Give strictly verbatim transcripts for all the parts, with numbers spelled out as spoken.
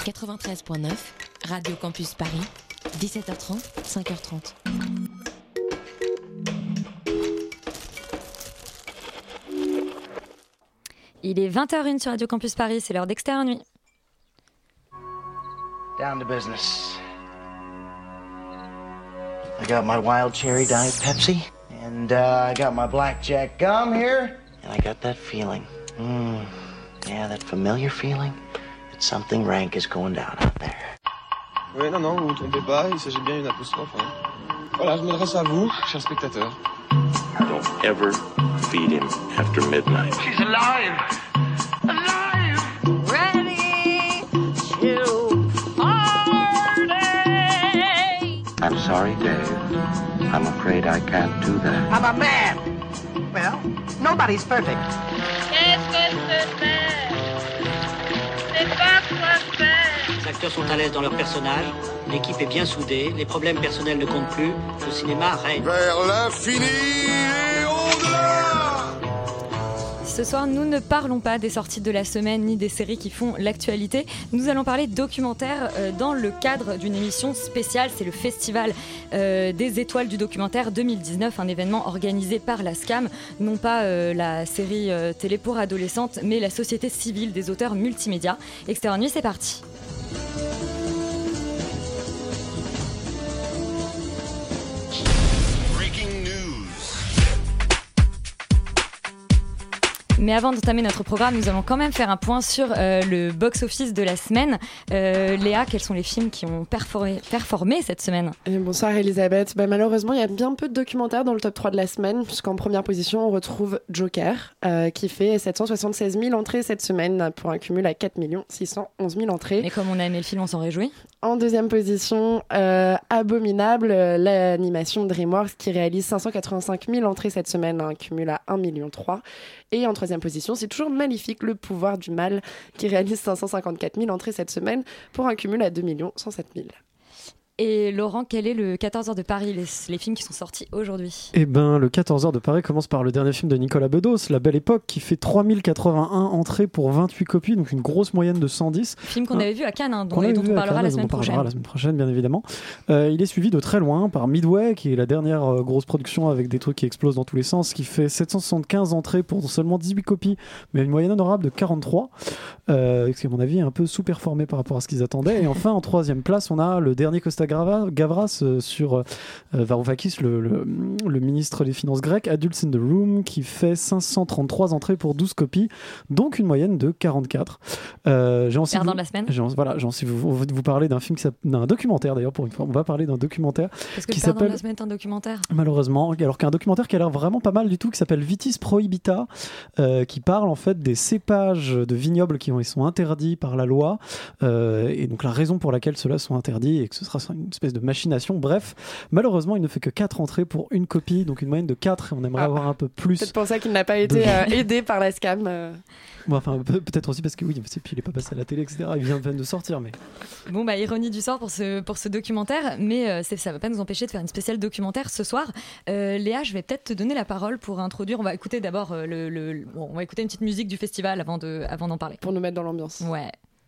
quatre-vingt-treize virgule neuf, Radio Campus Paris, dix-sept heures trente, cinq heures trente. Il est vingt heures une sur Radio Campus Paris, c'est l'heure d'Extérieur Nuit. Down to business. I got my wild cherry Diet Pepsi, and uh, I got my blackjack gum here, and I got that feeling. Mm, yeah, that familiar feeling that something rank is going down out there. Oui, non, non, vous ne vous trompez pas, il s'agit bien d'une apostrophe. Hein. Voilà, je m'adresse à vous, chers spectateurs. Don't ever feed him after midnight. She's alive! Alive! Ready to party! I'm sorry, Dave. I'm afraid I can't do that. I'm a man! Well, nobody's perfect. Qu'est-ce que c'est? C'est pas quoi faire! Les acteurs sont à l'aise dans leur personnage, l'équipe est bien soudée, les problèmes personnels ne comptent plus, le cinéma règne. Vers l'infini et au-delà! Ce soir, nous ne parlons pas des sorties de la semaine ni des séries qui font l'actualité. Nous allons parler documentaire euh, dans le cadre d'une émission spéciale. C'est le Festival euh, des étoiles du documentaire deux mille dix-neuf, un événement organisé par la SCAM, non pas euh, la série euh, télé pour adolescentes, mais la Société civile des auteurs multimédia. Extérieur Nuit, c'est parti. Mais avant d'entamer notre programme, nous allons quand même faire un point sur euh, le box-office de la semaine. Euh, Léa, quels sont les films qui ont performé, performé cette semaine ? Et bonsoir Elisabeth. Bah, malheureusement, il y a bien peu de documentaires dans le top trois de la semaine, puisqu'en première position, on retrouve Joker, euh, qui fait sept cent soixante-seize mille entrées cette semaine, pour un cumul à quatre millions six cent onze mille entrées. Mais comme on a aimé le film, on s'en réjouit. En deuxième position, euh, Abominable, euh, l'animation DreamWorks, qui réalise cinq cent quatre-vingt-cinq mille entrées cette semaine, un cumul à un virgule trois million. Et en troisième position, c'est toujours Maléfique, le pouvoir du mal, qui réalise cinq cent cinquante-quatre mille entrées cette semaine pour un cumul à deux millions cent sept mille. Et Laurent, quel est le quatorze heures de Paris, les, les films qui sont sortis aujourd'hui ? Eh ben, le quatorze heures de Paris commence par le dernier film de Nicolas Bedos, La Belle Époque, qui fait trois mille quatre-vingt-un entrées pour vingt-huit copies, donc une grosse moyenne de cent dix. Film qu'on hein, avait vu à Cannes, hein, dont, qu'on et dont on parlera Cannes, la semaine on prochaine. parlera la semaine prochaine, bien évidemment. Euh, il est suivi de très loin par Midway, qui est la dernière euh, grosse production avec des trucs qui explosent dans tous les sens, qui fait sept cent soixante-quinze entrées pour seulement dix-huit copies, mais une moyenne honorable de quarante-trois, euh, ce qui, à mon avis, est un peu sous-performé par rapport à ce qu'ils attendaient. Et enfin, en troisième place, on a le dernier Costa Gavras sur euh, Varoufakis, le, le, le ministre des Finances grec, Adults in the Room, qui fait cinq cent trente-trois entrées pour douze copies, donc une moyenne de quarante-quatre. Euh, j'ai envie Perdant de la semaine. J'ai, voilà, j'ai envie de vous, vous parler d'un film, qui d'un documentaire d'ailleurs, pour une fois. On va parler d'un documentaire Parce que qui Perdant s'appelle... de la semaine est un documentaire. Malheureusement, alors qu'un documentaire qui a l'air vraiment pas mal du tout, qui s'appelle Vitis Prohibita, euh, qui parle en fait des cépages de vignobles qui ont, ils sont interdits par la loi, euh, et donc la raison pour laquelle ceux-là sont interdits, et que ce sera une espèce de machination. Bref, malheureusement, il ne fait que quatre entrées pour une copie, donc une moyenne de quatre, et on aimerait ah, avoir un peu plus. C'est pour ça qu'il n'a pas été de... euh, aidé par la SCAM. Euh... Bon, enfin, peut-être aussi parce que oui, puis il n'est pas passé à la télé, et cetera. Il vient de sortir, mais. Bon, bah, ironie du sort pour ce, pour ce documentaire, mais euh, c'est, ça ne va pas nous empêcher de faire une spéciale documentaire ce soir. Euh, Léa, je vais peut-être te donner la parole pour introduire. On va écouter d'abord euh, le. le, le bon, on va écouter une petite musique du festival avant, de, avant d'en parler. Pour nous mettre dans l'ambiance. Ouais.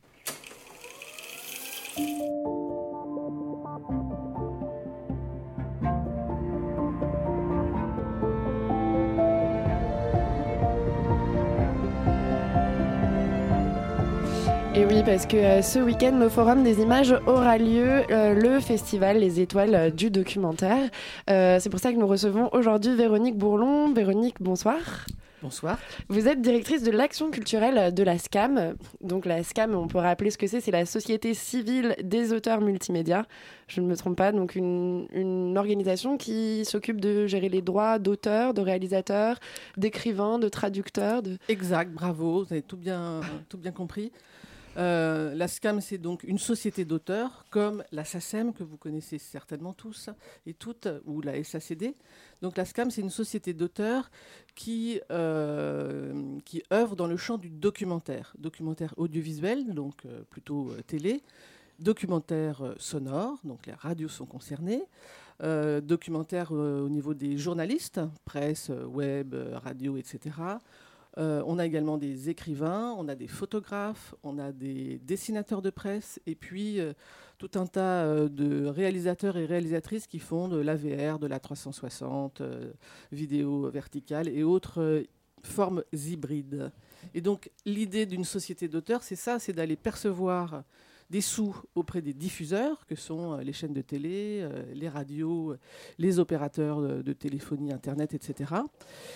Et oui, parce que euh, ce week-end, le Forum des images aura lieu, euh, le festival Les Étoiles euh, du documentaire. Euh, c'est pour ça que nous recevons aujourd'hui Véronique Bourlon. Véronique, bonsoir. Bonsoir. Vous êtes directrice de l'action culturelle de la SCAM. Donc la SCAM, on peut rappeler ce que c'est, c'est la Société civile des auteurs multimédia. Je ne me trompe pas, donc une, une organisation qui s'occupe de gérer les droits d'auteurs, de réalisateurs, d'écrivains, de traducteurs. De... Exact, bravo, vous avez tout bien, tout bien compris. Euh, la SCAM, c'est donc une société d'auteurs, comme la SACEM, que vous connaissez certainement tous et toutes, ou la S A C D. Donc la SCAM, c'est une société d'auteurs qui, euh, qui œuvre dans le champ du documentaire. Documentaire audiovisuel, donc euh, plutôt euh, télé. Documentaire euh, sonore, donc les radios sont concernées. Euh, documentaire euh, au niveau des journalistes, presse, web, radio, et cetera. Euh, on a également des écrivains, on a des photographes, on a des dessinateurs de presse, et puis euh, tout un tas euh, de réalisateurs et réalisatrices qui font de l'A V R, de la trois cent soixante, euh, vidéo verticale et autres euh, formes hybrides. Et donc l'idée d'une société d'auteurs, c'est ça, c'est d'aller percevoir des sous auprès des diffuseurs, que sont euh, les chaînes de télé, euh, les radios, euh, les opérateurs de, de téléphonie, Internet, et cetera.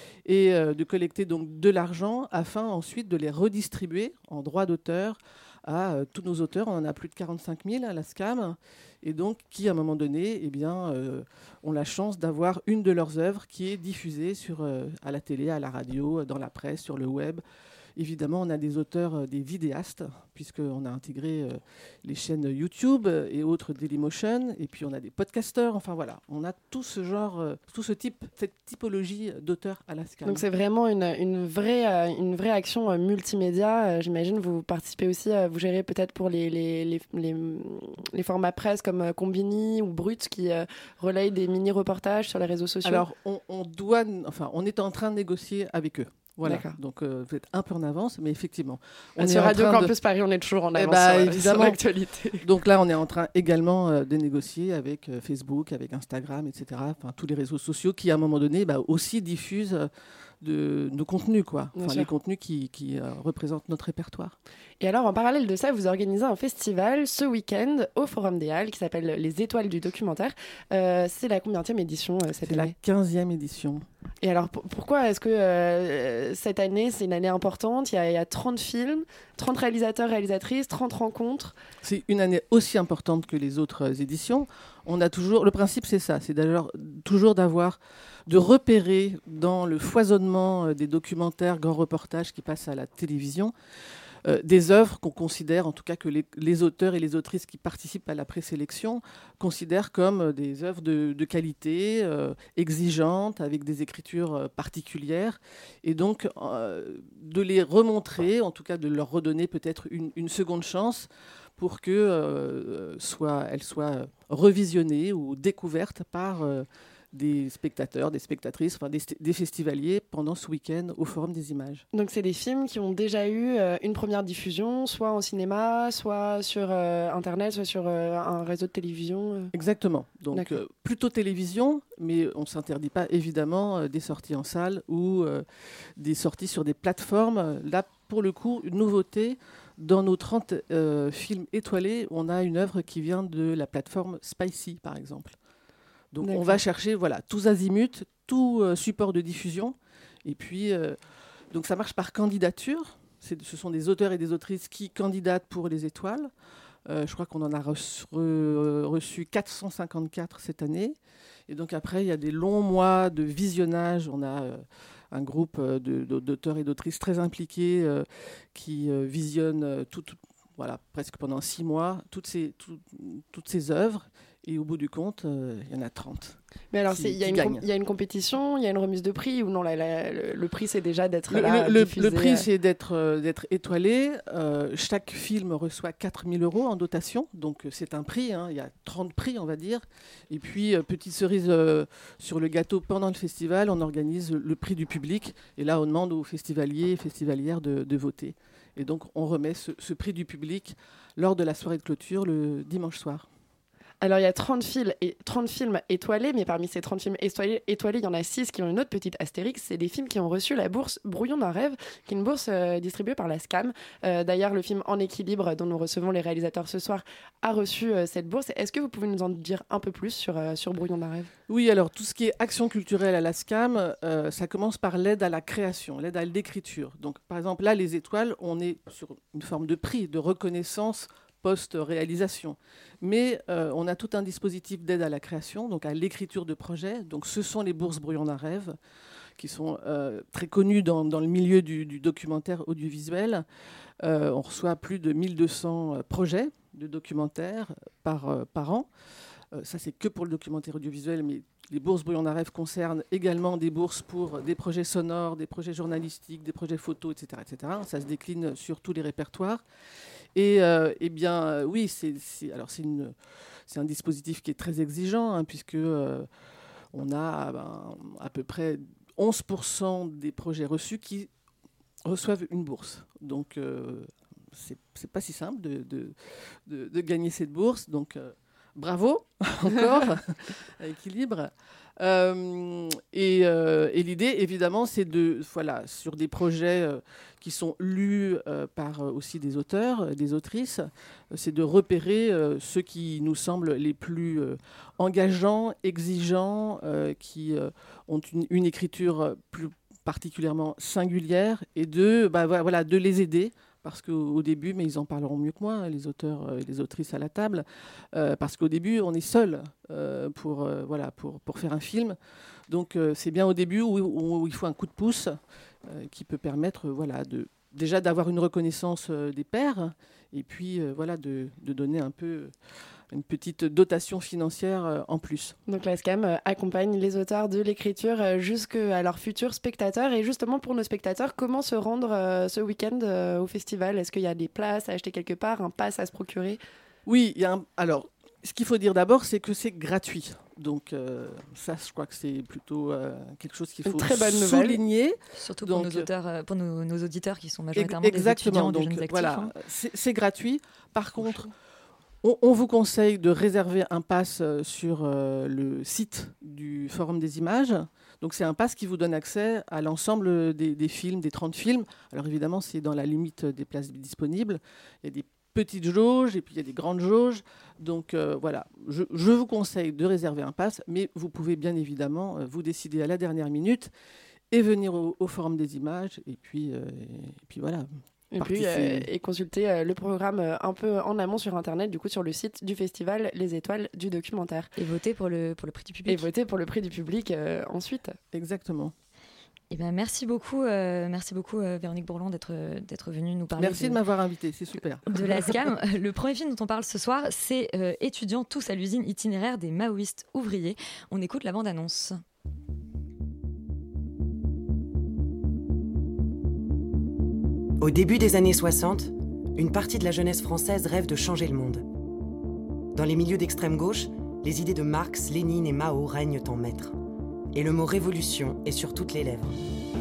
Et euh, de collecter donc de l'argent afin ensuite de les redistribuer en droits d'auteur à euh, tous nos auteurs. On en a plus de quarante-cinq mille à la SCAM, et donc qui, à un moment donné, eh bien, euh, ont la chance d'avoir une de leurs œuvres qui est diffusée sur, euh, à la télé, à la radio, dans la presse, sur le web. Évidemment, on a des auteurs, euh, des vidéastes, puisqu'on a intégré euh, les chaînes YouTube et autres Dailymotion, et puis on a des podcasteurs, enfin voilà, on a tout ce genre, euh, tout ce type, cette typologie d'auteurs à la SCAM. Donc c'est vraiment une, une, vraie, euh, une vraie action euh, multimédia. Euh, j'imagine vous participez aussi, euh, vous gérez peut-être pour les, les, les, les, les formats presse comme euh, Combini ou Brut qui euh, relayent des mini-reportages sur les réseaux sociaux. Alors, on, on doit, enfin, on est en train de négocier avec eux. Voilà, D'accord. donc euh, vous êtes un peu en avance, mais effectivement. On Sur est Radio en train Campus de... Paris, on est toujours en Eh avance bah, sur, évidemment. sur l'actualité. Donc là, on est en train également euh, de négocier avec euh, Facebook, avec Instagram, et cetera. Enfin, tous les réseaux sociaux qui, à un moment donné, bah, aussi diffusent euh, de nos contenus, quoi. Bien Enfin, sûr. les contenus qui, qui euh, représentent notre répertoire. Et alors, en parallèle de ça, vous organisez un festival ce week-end au Forum des Halles qui s'appelle Les Étoiles du documentaire. Euh, c'est la combienième édition euh, cette C'est la année quinzième édition. Et alors, p- pourquoi est-ce que euh, cette année, c'est une année importante? Il y, a, il y a trente films, trente réalisateurs, réalisatrices, trente rencontres. C'est une année aussi importante que les autres euh, éditions. On a toujours, le principe, c'est ça, c'est d'ailleurs toujours d'avoir, de repérer dans le foisonnement euh, des documentaires, grands reportages qui passent à la télévision, euh, des œuvres qu'on considère, en tout cas que les, les auteurs et les autrices qui participent à la présélection considèrent comme euh, des œuvres de, de qualité, euh, exigeantes, avec des écritures euh, particulières, et donc euh, de les remontrer, en tout cas de leur redonner peut-être une, une seconde chance pour que euh, soit, elle soit revisionnée ou découverte par euh, des spectateurs, des spectatrices, enfin des, des festivaliers pendant ce week-end au Forum des Images. Donc, c'est des films qui ont déjà eu euh, une première diffusion, soit en cinéma, soit sur euh, Internet, soit sur euh, un réseau de télévision. euh. Exactement. Donc, D'accord. euh, plutôt télévision, mais on ne s'interdit pas évidemment euh, des sorties en salle ou euh, des sorties sur des plateformes. Là, pour le coup, une nouveauté. Dans nos trente euh, films étoilés, on a une œuvre qui vient de la plateforme Spicy, par exemple. Donc D'accord. on va chercher voilà, tous azimuts, tout euh, support de diffusion. Et puis, euh, donc ça marche par candidature. C'est, ce sont des auteurs et des autrices qui candidatent pour les étoiles. Euh, je crois qu'on en a reçu, re, reçu quatre cent cinquante-quatre cette année. Et donc après, il y a des longs mois de visionnage. On a... Euh, un groupe de, de, d'auteurs et d'autrices très impliqués euh, qui euh, visionnent euh, tout, tout, voilà, presque pendant six mois toutes ces, tout, toutes ces œuvres. Et au bout du compte, euh, il y en a trente. Mais alors, qui, il y, com- y a une compétition, il y a une remise de prix, ou non la, la, le, le prix, c'est déjà d'être le, là, le, diffusé, le prix, euh... c'est d'être, euh, d'être étoilé. Euh, chaque film reçoit quatre mille euros en dotation. Donc, c'est un prix. Hein, il y a trente prix, on va dire. Et puis, euh, petite cerise euh, sur le gâteau, pendant le festival, on organise le prix du public. Et là, on demande aux festivaliers et festivalières de, de voter. Et donc, on remet ce, ce prix du public lors de la soirée de clôture le dimanche soir. Alors, il y a trente, fil- et trente films étoilés, mais parmi ces trente films étoilés, étoilés, il y en a six qui ont une autre petite astérix. C'est des films qui ont reçu la bourse Brouillon d'un rêve, qui est une bourse euh, distribuée par la SCAM. Euh, d'ailleurs, le film En équilibre, dont nous recevons les réalisateurs ce soir, a reçu euh, cette bourse. Est-ce que vous pouvez nous en dire un peu plus sur, euh, sur Brouillon d'un rêve ? Oui, alors tout ce qui est action culturelle à la SCAM, euh, ça commence par l'aide à la création, l'aide à l'écriture. Donc, par exemple, là, les étoiles, on est sur une forme de prix, de reconnaissance post-réalisation. Mais euh, on a tout un dispositif d'aide à la création, donc à l'écriture de projets. Donc ce sont les bourses Brouillon d'un rêve, qui sont euh, très connues dans, dans le milieu du, du documentaire audiovisuel. Euh, on reçoit plus de mille deux cents projets de documentaires par, euh, par an. Euh, ça, c'est que pour le documentaire audiovisuel, mais les bourses Brouillon d'un rêve concernent également des bourses pour des projets sonores, des projets journalistiques, des projets photos, et cetera, et cetera. Ça se décline sur tous les répertoires. Et euh, eh bien, euh, oui, c'est, c'est, alors c'est, une, c'est un dispositif qui est très exigeant, hein, puisque euh, on a ben, à peu près onze pour cent des projets reçus qui reçoivent une bourse. Donc, euh, c'est, c'est pas si simple de, de, de, de gagner cette bourse. Donc, euh, bravo, encore, à Équilibre. Euh, et, euh, et l'idée, évidemment, c'est de, voilà, sur des projets euh, qui sont lus euh, par euh, aussi des auteurs, euh, des autrices, euh, c'est de repérer euh, ceux qui nous semblent les plus euh, engageants, exigeants, euh, qui euh, ont une, une écriture plus particulièrement singulière, et de, bah, voilà, de les aider. Parce qu'au au début, mais ils en parleront mieux que moi, hein, les auteurs et les autrices à la table, euh, parce qu'au début, on est seul euh, pour, euh, voilà, pour, pour faire un film. Donc, euh, c'est bien au début où, où, où il faut un coup de pouce euh, qui peut permettre, euh, voilà, de, déjà d'avoir une reconnaissance euh, des pairs, et puis euh, voilà, de, de donner un peu une petite dotation financière euh, en plus. Donc la SCAM euh, accompagne les auteurs de l'écriture euh, jusqu'à leurs futurs spectateurs. Et justement, pour nos spectateurs, comment se rendre euh, ce week-end euh, au festival ? Est-ce qu'il y a des places à acheter quelque part, un pass à se procurer ? Oui, il y a un... alors, ce qu'il faut dire d'abord, c'est que c'est gratuit. Donc euh, ça, je crois que c'est plutôt euh, quelque chose qu'il faut très bonne souligner. Surtout Donc, pour, nos, auteurs, euh, pour nos, nos auditeurs qui sont majoritairement exactement, des étudiants, donc, des jeunes actifs. Voilà, hein. c'est, c'est gratuit. Par contre, on, on vous conseille de réserver un pass euh, sur euh, le site du Forum des images. Donc c'est un pass qui vous donne accès à l'ensemble des, des films, des trente films. Alors évidemment, c'est dans la limite des places disponibles. Il y a des petites jauges et puis il y a des grandes jauges. Donc euh, voilà, je, je vous conseille de réserver un pass, mais vous pouvez bien évidemment euh, vous décider à la dernière minute et venir au, au Forum des images. Et puis, euh, et puis voilà. Et puis euh, et consulter euh, le programme euh, un peu en amont sur Internet, du coup sur le site du festival Les Étoiles du documentaire. Et voter pour le, pour le prix du public. Et voter pour le prix du public euh, ensuite. Exactement. Eh ben, merci beaucoup, euh, merci beaucoup euh, Véronique Bourlon d'être, d'être venue nous parler. Merci de, de m'avoir invitée, c'est super. De la SCAM. Le premier film dont on parle ce soir, c'est euh, Étudiants tous à l'usine itinéraire des maoïstes ouvriers. On écoute la bande-annonce. Au début des années soixante, une partie de la jeunesse française rêve de changer le monde. Dans les milieux d'extrême gauche, les idées de Marx, Lénine et Mao règnent en maître. Et le mot révolution est sur toutes les lèvres.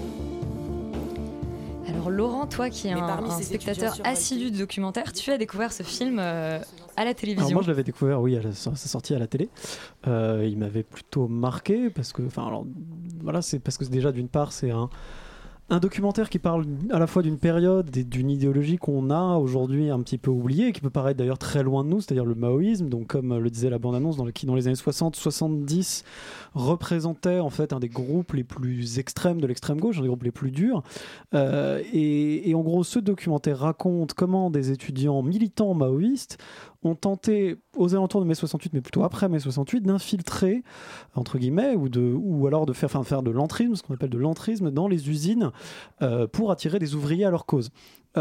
Alors Laurent, toi qui es un, un spectateur assidu de documentaire, tu as découvert ce film euh, à la télévision. Alors moi je l'avais découvert, oui, à sa sortie à la télé. Euh, il m'avait plutôt marqué parce que, enfin, alors voilà, c'est parce que déjà d'une part c'est un Un documentaire qui parle à la fois d'une période et d'une idéologie qu'on a aujourd'hui un petit peu oubliée, qui peut paraître d'ailleurs très loin de nous, c'est-à-dire le maoïsme, donc comme le disait la bande-annonce, dans le, qui dans les années soixante soixante-dix représentait en fait un des groupes les plus extrêmes de l'extrême gauche, un des groupes les plus durs. Euh, et, et en gros, ce documentaire raconte comment des étudiants militants maoïstes ont tenté, aux alentours de mai soixante-huit, mais plutôt après mai soixante-huit, d'infiltrer, entre guillemets, ou, de, ou alors de faire, enfin, faire de l'entrisme, ce qu'on appelle de l'entrisme, dans les usines euh, pour attirer des ouvriers à leur cause.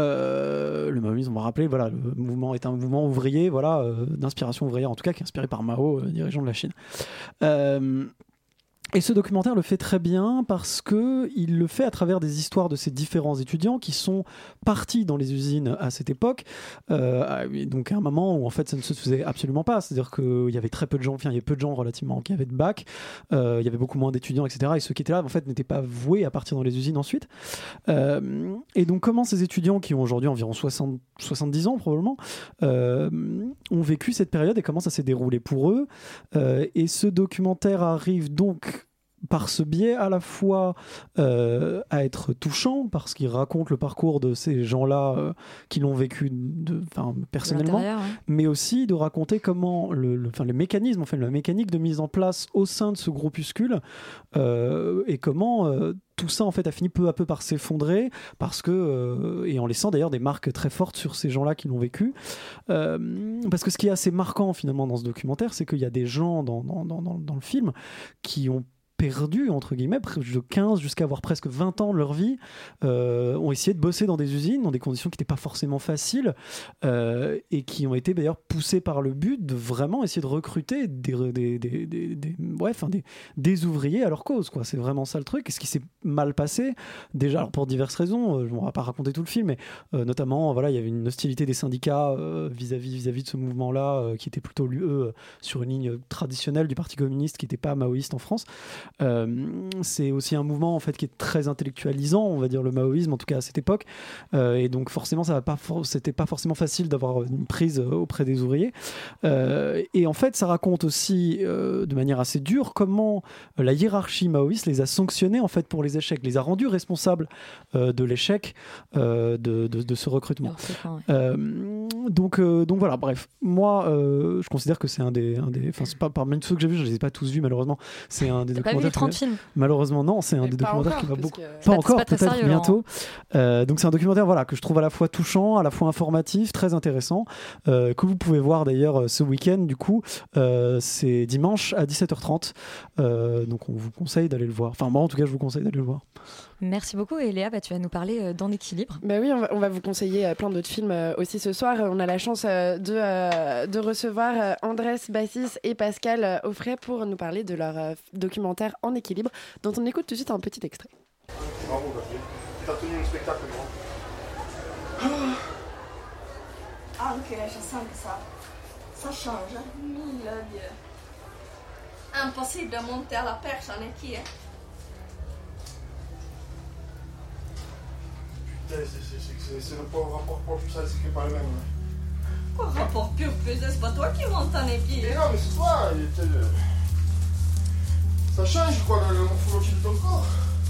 Euh, le maoïsme, on va rappeler, voilà, le mouvement est un mouvement ouvrier, voilà, euh, d'inspiration ouvrière, en tout cas, qui est inspiré par Mao, euh, dirigeant de la Chine. Euh, Et ce documentaire le fait très bien parce qu'il le fait à travers des histoires de ces différents étudiants qui sont partis dans les usines à cette époque. Euh, donc à un moment où en fait ça ne se faisait absolument pas. C'est-à-dire qu'il y avait très peu de gens, enfin il y avait peu de gens relativement qui avaient de bac. Euh, il y avait beaucoup moins d'étudiants, et cetera. Et ceux qui étaient là en fait n'étaient pas voués à partir dans les usines ensuite. Euh, et donc comment ces étudiants qui ont aujourd'hui environ soixante, soixante-dix ans probablement euh, ont vécu cette période et comment ça s'est déroulé pour eux. Euh, et ce documentaire arrive donc par ce biais à la fois euh, à être touchant parce qu'il raconte le parcours de ces gens-là euh, qui l'ont vécu de, personnellement, ouais. mais aussi de raconter comment le, le, les mécanismes, enfin la mécanique de mise en place au sein de ce groupuscule euh, et comment euh, tout ça en fait a fini peu à peu par s'effondrer parce que euh, et en laissant d'ailleurs des marques très fortes sur ces gens-là qui l'ont vécu euh, parce que ce qui est assez marquant finalement dans ce documentaire, c'est qu'il y a des gens dans, dans, dans, dans le film qui ont perdu, entre guillemets, de quinze jusqu'à avoir presque vingt ans de leur vie, euh, ont essayé de bosser dans des usines, dans des conditions qui n'étaient pas forcément faciles, euh, et qui ont été d'ailleurs poussés par le but de vraiment essayer de recruter des, des, des, des, des, ouais, enfin des, des ouvriers à leur cause, quoi. C'est vraiment ça le truc. Et ce qui s'est mal passé, déjà, alors pour diverses raisons, euh, on ne va pas raconter tout le film, mais euh, notamment, voilà, il y avait une hostilité des syndicats euh, vis-à-vis, vis-à-vis de ce mouvement-là, euh, qui était plutôt, eux, sur une ligne traditionnelle du Parti communiste, qui n'était pas maoïste en France. Euh, c'est aussi un mouvement en fait qui est très intellectualisant, on va dire le maoïsme en tout cas à cette époque, euh, et donc forcément ça va pas for- c'était pas forcément facile d'avoir une prise auprès des ouvriers. Euh, et en fait ça raconte aussi euh, de manière assez dure comment la hiérarchie maoïste les a sanctionnés en fait pour les échecs, les a rendus responsables euh, de l'échec euh, de, de, de ce recrutement. Alors, ouais. Euh, donc, euh, donc voilà, bref, moi euh, je considère que c'est un des, un des enfin c'est pas parmi ceux que j'ai vus, je les ai pas tous vus malheureusement, c'est un des T'as pas vu documentaires les trente qui- films? malheureusement non, c'est un Mais des pas documentaires encore, qui m'a parce beaucoup que- pas C'est pas- encore c'est pas très peut-être sérieux, bientôt. Euh, donc c'est un documentaire voilà que je trouve à la fois touchant, à la fois informatif, très intéressant, euh, que vous pouvez voir d'ailleurs euh, ce week-end du coup, euh, c'est dimanche à dix-sept heures trente, euh, donc on vous conseille d'aller le voir, enfin moi en tout cas je vous conseille d'aller le voir. Merci beaucoup. Et Léa, bah, tu vas nous parler euh, d'En équilibre. Bah oui, on va, on va vous conseiller euh, plein d'autres films euh, aussi ce soir. Euh, On a la chance euh, de, euh, de recevoir euh, Andrés Bassis et Pascal euh, Auffray pour nous parler de leur euh, documentaire En équilibre, dont on écoute tout de suite un petit extrait. Bravo, Gabriel. T'as tenu un spectacle grand. Ah ok, je sens que ça, ça change. Mille Dieu. Impossible de monter à la perche en équipe. Putain, c'est- c'est- c'est- c'est c'est le pauvre rapport propulsal, c'est pas le même. hein. Quoi, rapport pur plus, c'est pas toi qui montes en équipe. Mais non, mais c'est toi. il était le- Ça change quoi, la, la morphologie de ton corps.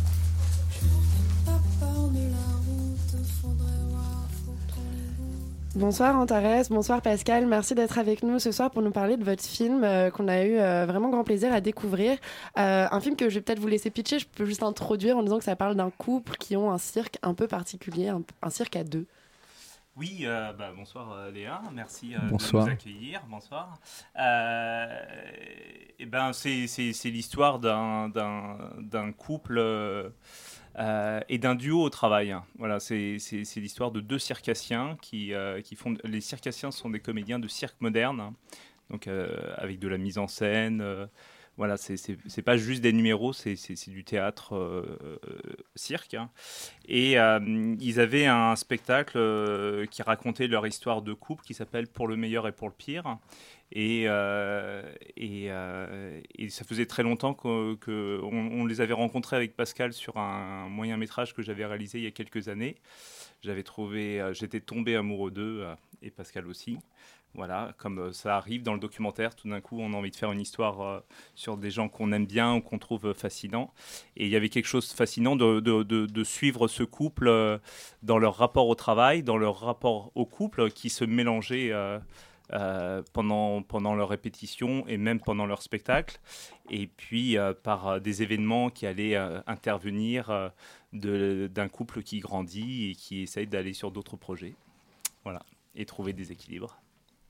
Bonsoir Antares, bonsoir Pascal, merci d'être avec nous ce soir pour nous parler de votre film euh, qu'on a eu euh, vraiment grand plaisir à découvrir. Euh, un film que je vais peut-être vous laisser pitcher, je peux juste introduire en disant que ça parle d'un couple qui ont un cirque un peu particulier, un, un cirque à deux. Oui, euh, bah, bonsoir euh, Léa, merci euh, Bonsoir. de nous accueillir. Bonsoir. Euh, et ben, c'est, c'est, c'est l'histoire d'un, d'un, d'un couple euh, euh, et d'un duo au travail. Voilà, c'est, c'est, c'est l'histoire de deux circassiens qui, euh, qui font. Les circassiens sont des comédiens de cirque moderne, donc euh, avec de la mise en scène. Euh, Voilà, c'est, c'est, c'est pas juste des numéros, c'est, c'est, c'est du théâtre euh, euh, cirque. Hein. Et euh, ils avaient un spectacle euh, qui racontait leur histoire de couple qui s'appelle Pour le meilleur et pour le pire. Et, euh, et, euh, et ça faisait très longtemps qu'on que on, on les avait rencontrés avec Pascal sur un moyen métrage que j'avais réalisé il y a quelques années. J'avais trouvé, euh, j'étais tombé amoureux d'eux euh, et Pascal aussi. Voilà, comme ça arrive dans le documentaire, tout d'un coup, on a envie de faire une histoire euh, sur des gens qu'on aime bien ou qu'on trouve fascinants. Et il y avait quelque chose de fascinant de, de, de, de suivre ce couple euh, dans leur rapport au travail, dans leur rapport au couple qui se mélangeait euh, euh, pendant, pendant leur répétition et même pendant leur spectacle. Et puis, euh, par euh, des événements qui allaient euh, intervenir euh, de, d'un couple qui grandit et qui essaye d'aller sur d'autres projets. Voilà, et trouver des équilibres.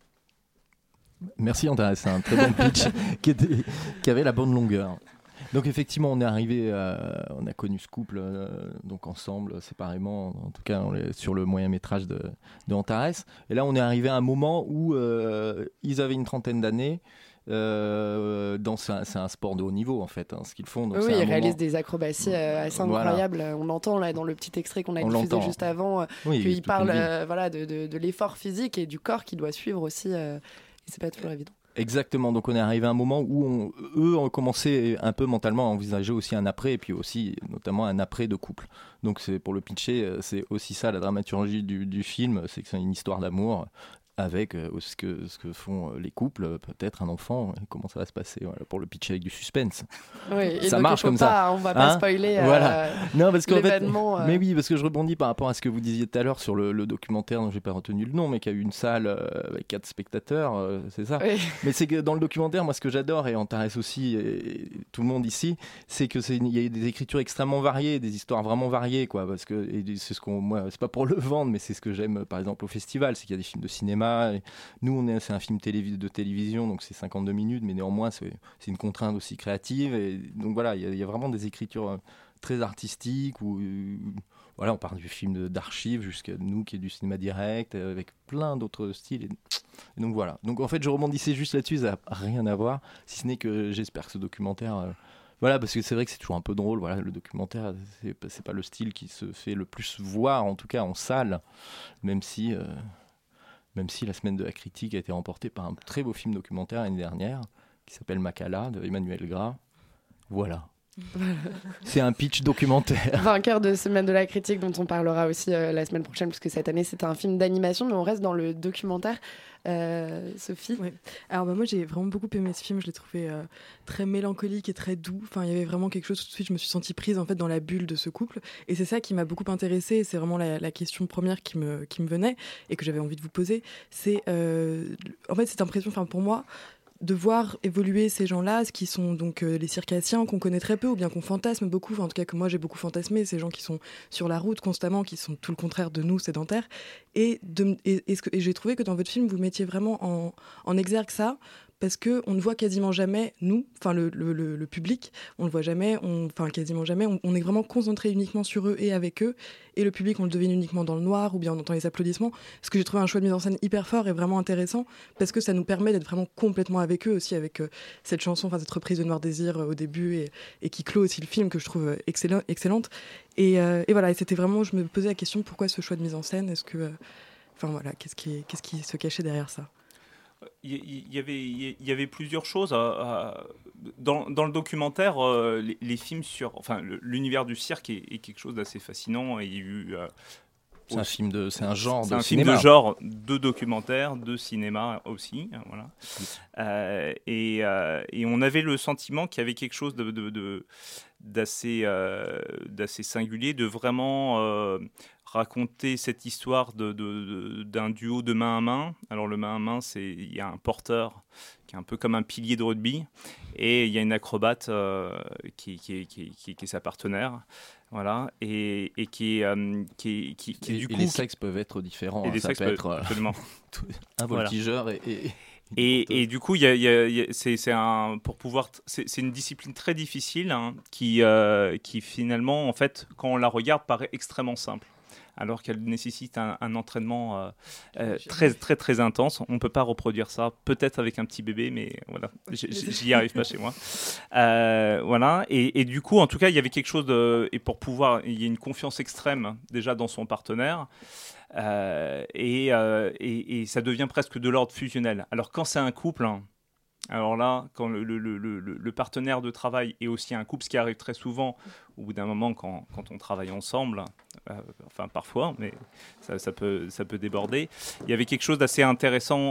Merci André, c'est un très bon pitch qui, était, qui avait la bonne longueur. Donc effectivement, on est arrivé, à, on a connu ce couple euh, donc ensemble, séparément, en tout cas on est sur le moyen métrage de, de Antares. Et là, on est arrivé à un moment où euh, ils avaient une trentaine d'années. Euh, dans, c'est, un, c'est un sport de haut niveau en fait, hein, ce qu'ils font. Donc oui, c'est ils un réalisent moment... des acrobaties euh, assez Voilà. incroyables. On entend là dans le petit extrait qu'on a On diffusé l'entend. juste avant euh, Oui, qu'ils toute parlent une vie. euh, voilà, de, de, de l'effort physique et du corps qui doit suivre aussi. Euh, et c'est pas toujours évident. Exactement, donc on est arrivé à un moment où on, eux ont commencé un peu mentalement à envisager aussi un après et puis aussi notamment un après de couple. Donc c'est, pour le pitcher, c'est aussi ça la dramaturgie du, du film, c'est que c'est une histoire d'amour avec euh, ce, que, ce que font les couples, peut-être un enfant, et comment ça va se passer, voilà, pour le pitcher avec du suspense. Oui, et ça donc marche il faut comme pas, ça. On va pas Hein spoiler euh, voilà. Non, parce qu'en fait, l'événement. euh. mais oui, parce que je rebondis par rapport à ce que vous disiez tout à l'heure sur le, le documentaire dont j'ai pas retenu le nom, mais qui a eu une salle euh, avec quatre spectateurs, euh, c'est ça. Oui. Mais c'est que dans le documentaire, moi, ce que j'adore, et Antares aussi, et, et tout le monde ici, c'est que c'est il y a des écritures extrêmement variées, des histoires vraiment variées, quoi. Parce que et c'est ce qu'on, moi, c'est pas pour le vendre, mais c'est ce que j'aime, par exemple, au festival, c'est qu'il y a des films de cinéma. Et nous, on est, c'est un film télévis- de télévision, donc c'est cinquante-deux minutes, mais néanmoins, c'est, c'est une contrainte aussi créative. Et donc voilà, il y, a, il y a vraiment des écritures euh, très artistiques où euh, voilà, on part du film de, d'archives jusqu'à nous qui est du cinéma direct, euh, avec plein d'autres styles. Et, et donc voilà. Donc en fait, je rebondissais juste là-dessus, ça n'a rien à voir, si ce n'est que j'espère que ce documentaire. Euh, Voilà, parce que c'est vrai que c'est toujours un peu drôle. Voilà, le documentaire, c'est, c'est pas le style qui se fait le plus voir, en tout cas en salle, même si, euh, même si la semaine de la critique a été remportée par un très beau film documentaire l'année dernière, qui s'appelle Makala, de Emmanuel Gras. Voilà. C'est un pitch documentaire. Vainqueur de Semaine de la critique, dont on parlera aussi euh, la semaine prochaine, puisque cette année c'était un film d'animation, mais on reste dans le documentaire. Euh, Sophie. Ouais. Alors bah, moi j'ai vraiment beaucoup aimé ce film, je l'ai trouvé euh, très mélancolique et très doux. Enfin il y avait vraiment quelque chose, tout de suite je me suis sentie prise en fait dans la bulle de ce couple, et c'est ça qui m'a beaucoup intéressée. C'est vraiment la, la question première qui me qui me venait et que j'avais envie de vous poser. C'est euh, en fait cette impression, enfin pour moi, de voir évoluer ces gens-là, qui sont donc euh, les circassiens qu'on connaît très peu ou bien qu'on fantasme beaucoup, enfin, en tout cas que moi j'ai beaucoup fantasmé, ces gens qui sont sur la route constamment, qui sont tout le contraire de nous sédentaires, et, de, et, et, ce que, et j'ai trouvé que dans votre film vous mettiez vraiment en, en exergue ça, parce qu'on ne voit quasiment jamais, nous, enfin le, le, le, le public, on ne le voit jamais, enfin quasiment jamais, on, on est vraiment concentré uniquement sur eux et avec eux, et le public on le devine uniquement dans le noir, ou bien on entend les applaudissements, ce que j'ai trouvé un choix de mise en scène hyper fort et vraiment intéressant, parce que ça nous permet d'être vraiment complètement avec eux aussi, avec euh, cette chanson, enfin cette reprise de Noir Désir euh, au début, et, et qui clôt aussi le film, que je trouve euh, excellent, excellente, et, euh, et voilà, et c'était vraiment, je me posais la question, pourquoi ce choix de mise en scène, est-ce que, enfin euh, voilà, qu'est-ce qui, qu'est-ce qui se cachait derrière ça? Il y, y, avait, il y avait plusieurs choses. À, à, dans, dans le documentaire, euh, les, les films sur... Enfin, le, l'univers du cirque est, est quelque chose d'assez fascinant. Et il y a eu... Euh, c'est, un film de, c'est un genre c'est de un cinéma. film de genre, de documentaire, de cinéma aussi. Voilà. Euh, et, euh, et on avait le sentiment qu'il y avait quelque chose de, de, de, d'assez, euh, d'assez singulier, de vraiment... Euh, raconter cette histoire de, de, de, d'un duo de main à main. Alors le main à main, c'est il y a un porteur qui est un peu comme un pilier de rugby, et il y a une acrobate euh, qui, qui, qui, qui, qui est sa partenaire, voilà, et, et qui, euh, qui, qui, qui et, du et coup, les sexes peuvent être différents. Et hein, les ça sexes peut peuvent, être euh, absolument. un voltigeur voilà. et, et... Et, et du coup, y a, y a, y a, c'est, c'est un pour pouvoir, c'est, c'est une discipline très difficile hein, qui, euh, qui finalement, en fait, quand on la regarde, paraît extrêmement simple, alors qu'elle nécessite un, un entraînement euh, euh, très, très, très intense. On ne peut pas reproduire ça, peut-être avec un petit bébé, mais voilà, j'y arrive pas chez moi. Euh, voilà, et, et du coup, en tout cas, il y avait quelque chose de... Et pour pouvoir... Il y a une confiance extrême, déjà, dans son partenaire, euh, et, euh, et, et ça devient presque de l'ordre fusionnel. Alors, quand c'est un couple... Hein, alors là, quand le, le, le, le, le partenaire de travail est aussi un couple, ce qui arrive très souvent au bout d'un moment quand, quand on travaille ensemble, euh, enfin parfois, mais ça, ça, peut, ça peut déborder. Il y avait quelque chose d'assez intéressant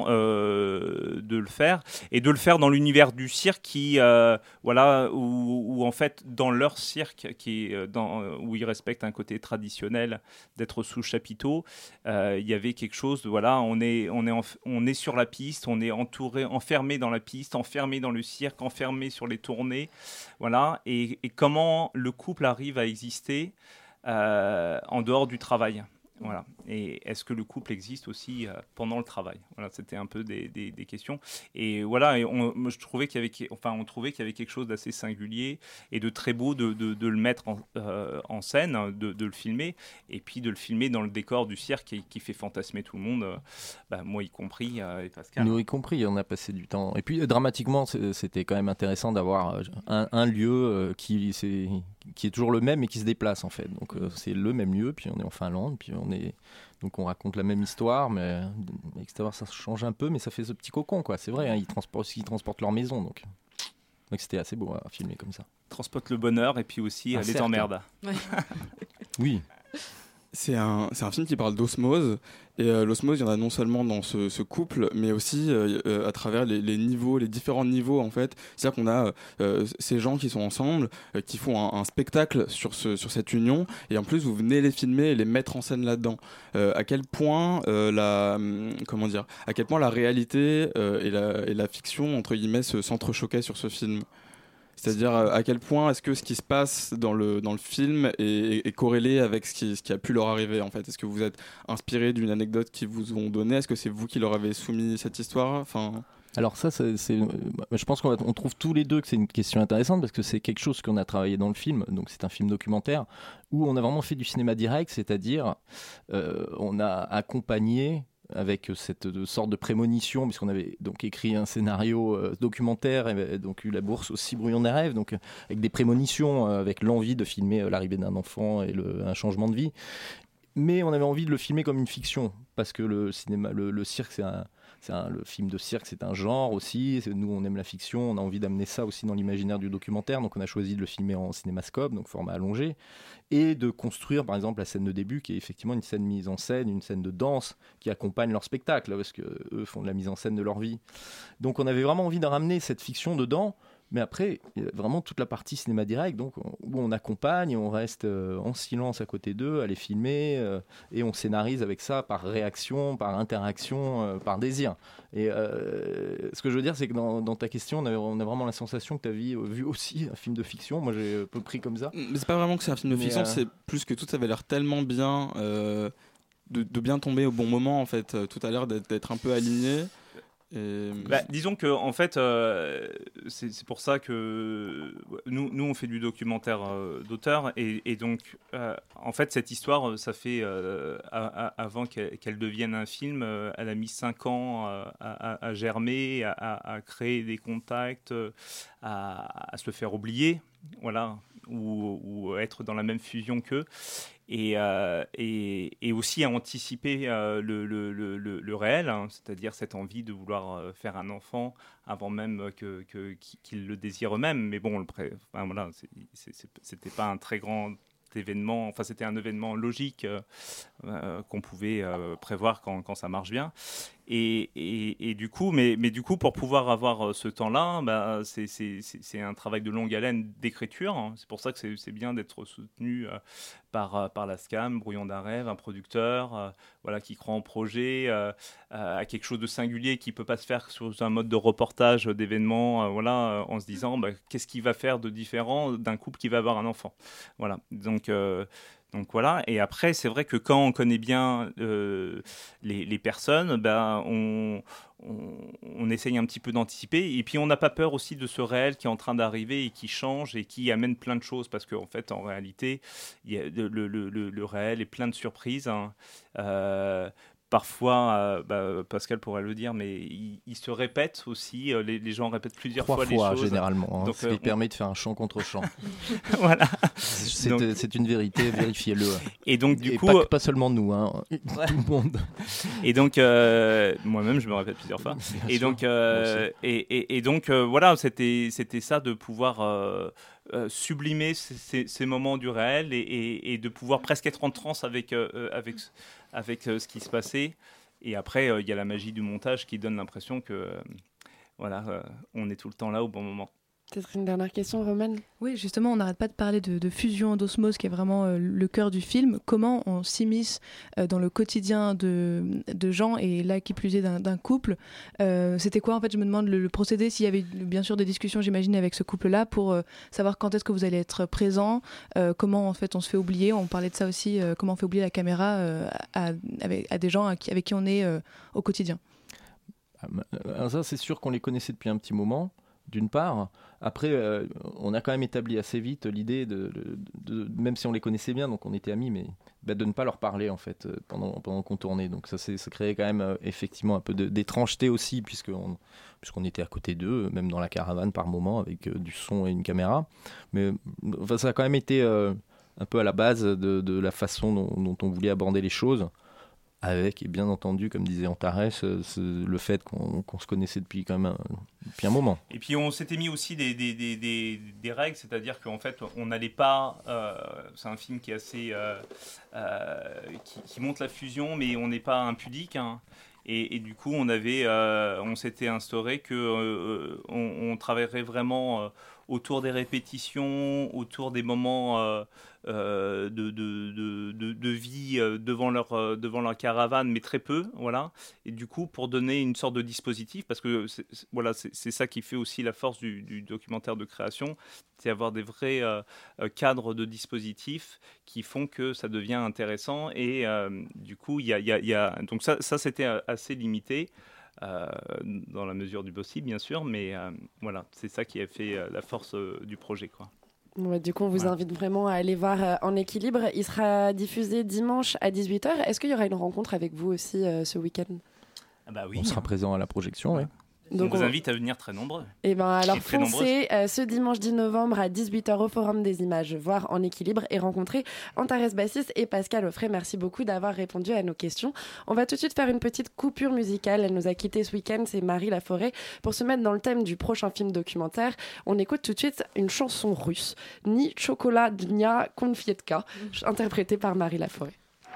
euh, de le faire, et de le faire dans l'univers du cirque qui, euh, voilà, où, où en fait dans leur cirque, qui est dans, où ils respectent un côté traditionnel d'être sous chapiteau, euh, il y avait quelque chose, de, voilà, on est, on, est en, on est sur la piste, on est entouré, enfermé dans la piste, enfermé dans le cirque, enfermé sur les tournées, voilà, et, et comment le couple arrive à exister euh, en dehors du travail. Voilà. Et est-ce que le couple existe aussi euh, pendant le travail? Voilà, c'était un peu des, des, des questions. Et voilà, et on, moi, je trouvais qu'il y avait, enfin, on trouvait qu'il y avait quelque chose d'assez singulier et de très beau de, de, de le mettre en, euh, en scène, de, de le filmer, et puis de le filmer dans le décor du cirque qui, qui fait fantasmer tout le monde, euh, bah, moi y compris, euh, et Pascal. Nous y compris, on a passé du temps. Et puis, dramatiquement, c'était quand même intéressant d'avoir un, un lieu euh, qui, c'est, qui est toujours le même et qui se déplace, en fait. Donc, euh, c'est le même lieu, puis on est en Finlande, puis on est... Donc on raconte la même histoire, mais à l'extérieur ça change un peu, mais ça fait ce petit cocon, quoi. C'est vrai, hein, ils transportent, ils transportent leur maison, donc. Donc c'était assez beau à filmer comme ça. Transporte le bonheur et puis aussi ah, les certes. emmerdes. Ouais. Oui. C'est un, c'est un film qui parle d'osmose, et euh, l'osmose, il y en a non seulement dans ce, ce couple, mais aussi euh, euh, à travers les, les niveaux, les différents niveaux en fait. C'est-à-dire qu'on a euh, ces gens qui sont ensemble, euh, qui font un, un spectacle sur, ce, sur cette union, et en plus vous venez les filmer et les mettre en scène là-dedans. Euh, à quel point euh, la, comment dire, à quel point la réalité euh, et, la, et la fiction entre guillemets se s'entrechoquaient sur ce film. C'est-à-dire à quel point est-ce que ce qui se passe dans le, dans le film est, est corrélé avec ce qui, ce qui a pu leur arriver en fait. Est-ce que vous êtes inspiré d'une anecdote qu'ils vous ont donnée? Est-ce que c'est vous qui leur avez soumis cette histoire? Enfin... Alors ça, c'est, c'est, je pense qu'on on trouve tous les deux que c'est une question intéressante parce que c'est quelque chose qu'on a travaillé dans le film, donc c'est un film documentaire où on a vraiment fait du cinéma direct, c'est-à-dire euh, on a accompagné avec cette sorte de prémonition, puisqu'on avait donc écrit un scénario euh, documentaire, et donc eu la bourse aussi Brouillon des rêves, donc avec des prémonitions, euh, avec l'envie de filmer euh, l'arrivée d'un enfant et le, un changement de vie. Mais on avait envie de le filmer comme une fiction, parce que le cinéma, le, le cirque, c'est un, c'est un, le film de cirque, c'est un genre aussi. C'est, nous, on aime la fiction, on a envie d'amener ça aussi dans l'imaginaire du documentaire. Donc, on a choisi de le filmer en cinémascope, donc format allongé, et de construire, par exemple, la scène de début, qui est effectivement une scène mise en scène, une scène de danse qui accompagne leur spectacle, parce que eux font de la mise en scène de leur vie. Donc, on avait vraiment envie de ramener cette fiction dedans. Mais après, il y a vraiment toute la partie cinéma direct, donc, où on accompagne, on reste euh, en silence à côté d'eux, à les filmer, euh, et on scénarise avec ça par réaction, par interaction, euh, par désir. Et euh, ce que je veux dire, c'est que dans, dans ta question, on a, on a vraiment la sensation que tu as vu, vu aussi un film de fiction. Moi, j'ai un peu pris comme ça. Mais c'est pas vraiment que c'est un film de Mais fiction, euh... c'est plus que tout ça avait l'air tellement bien, euh, de, de bien tomber au bon moment, en fait. Tout a l'air d'être, d'être un peu aligné. Et... Bah, disons que en fait, euh, c'est, c'est pour ça que nous, nous on fait du documentaire euh, d'auteur et, et donc euh, en fait cette histoire, ça fait euh, à, à, avant qu'elle, qu'elle devienne un film, euh, elle a mis cinq ans euh, à, à, à germer, à, à créer des contacts, à, à se faire oublier, voilà, ou, ou être dans la même fusion qu'eux. Et, euh, et, et aussi à anticiper euh, le, le, le, le réel, hein, c'est-à-dire cette envie de vouloir euh, faire un enfant avant même que, que, qu'ils le désirent eux-mêmes. Mais bon, le pré... enfin, voilà, c'est, c'est, c'est, c'était pas un très grand événement, enfin c'était un événement logique euh, euh, qu'on pouvait euh, prévoir quand, quand ça marche bien. Et, et, et du coup, mais, mais du coup, pour pouvoir avoir ce temps-là, bah, c'est, c'est, c'est, c'est un travail de longue haleine d'écriture. Hein. C'est pour ça que c'est, c'est bien d'être soutenu euh, par, par la SCAM, Brouillon d'un rêve, un producteur euh, voilà, qui croit en projet, euh, euh, à quelque chose de singulier qui ne peut pas se faire sur un mode de reportage d'événements, euh, voilà, en se disant bah, qu'est-ce qui va faire de différent d'un couple qui va avoir un enfant. Voilà. Donc, euh, Donc voilà, et après c'est vrai que quand on connaît bien euh, les, les personnes, ben, on, on, on essaye un petit peu d'anticiper, et puis on n'a pas peur aussi de ce réel qui est en train d'arriver et qui change et qui amène plein de choses, parce qu'en fait en réalité il y a le, le, le, le réel est plein de surprises, hein. euh, Parfois, euh, bah, Pascal pourrait le dire, mais il, il se répète aussi. Euh, les, les gens répètent plusieurs Trois fois, fois, les choses. généralement. Hein, Donc, ce euh, qui on... permet de faire un chant contre chant. Voilà. C'est, donc... c'est une vérité, vérifiez-le. Et donc, du et coup. Pas, pas seulement nous, hein, ouais. tout le monde. Et donc, euh, moi-même, je me répète plusieurs fois. Bien et, sûr, donc, euh, et, et, et donc, euh, voilà, c'était, c'était ça de pouvoir. Euh, Euh, sublimer ces, ces, ces moments du réel et, et, et de pouvoir presque être en transe avec, euh, avec, avec euh, ce qui se passait. Et après, il euh, y a la magie du montage qui donne l'impression que euh, voilà, euh, on est tout le temps là au bon moment. Peut-être une dernière question, Romane ? Oui, justement, on n'arrête pas de parler de, de fusion, d'osmose, qui est vraiment euh, le cœur du film. Comment on s'immisce euh, dans le quotidien de, de gens, et là, qui plus est, d'un, d'un couple. Euh, c'était quoi, en fait, je me demande, le, le procédé, s'il y avait bien sûr des discussions, j'imagine, avec ce couple-là, pour euh, savoir quand est-ce que vous allez être présent, euh, comment, en fait, on se fait oublier. On parlait de ça aussi, euh, comment on fait oublier la caméra euh, à, avec, à des gens avec qui, avec qui on est euh, au quotidien. Alors ça, c'est sûr qu'on les connaissait depuis un petit moment. D'une part, après, euh, on a quand même établi assez vite l'idée de, de, de, même si on les connaissait bien, donc on était amis, mais bah, de ne pas leur parler en fait pendant pendant qu'on tournait. Donc ça, c'est, ça créait quand même euh, effectivement un peu de, d'étrangeté aussi, puisqu'on puisqu'on était à côté d'eux, même dans la caravane par moment avec euh, du son et une caméra. Mais enfin, ça a quand même été euh, un peu à la base de, de la façon dont, dont on voulait aborder les choses. Avec, et bien entendu, comme disait Antares, le fait qu'on, qu'on se connaissait depuis quand même un, depuis un moment. Et puis on s'était mis aussi des, des, des, des, des règles, c'est-à-dire qu'en fait on n'allait pas, euh, c'est un film qui est assez, euh, euh, qui, qui montre la fusion, mais on n'est pas impudique, hein. Et, et du coup on avait, euh, on s'était instauré que euh, on, on travaillerait vraiment euh, autour des répétitions, autour des moments euh, euh, de, de, de, de, de vie euh, devant, leur, euh, devant leur caravane, mais très peu, voilà. Et du coup, pour donner une sorte de dispositif, parce que c'est, c'est, voilà, c'est, c'est ça qui fait aussi la force du, du documentaire de création, c'est avoir des vrais euh, cadres de dispositifs qui font que ça devient intéressant. Et euh, du coup, il y a, y a, y a... donc ça, ça c'était assez limité. Euh, dans la mesure du possible, bien sûr, mais euh, voilà, c'est ça qui a fait euh, la force euh, du projet, quoi. Bon, bah, du coup, on vous voilà. invite vraiment à aller voir euh, En équilibre. Il sera diffusé dimanche à dix-huit heures. Est-ce qu'il y aura une rencontre avec vous aussi euh, ce week-end ? Ah bah oui. On sera présent à la projection, oui. Donc on vous on... invite à venir très nombreux. Et ben alors et très foncez euh, ce dimanche dix novembre à dix-huit heures au Forum des Images, voir En équilibre et rencontrer Antares Bassis et Pascal Offray. Merci beaucoup d'avoir répondu à nos questions. On va tout de suite faire une petite coupure musicale. Elle nous a quittés ce week-end, c'est Marie Laforêt. Pour se mettre dans le thème du prochain film documentaire, on écoute tout de suite une chanson russe, Ni Chocolat Dnia Konfietka, interprétée par Marie Laforêt.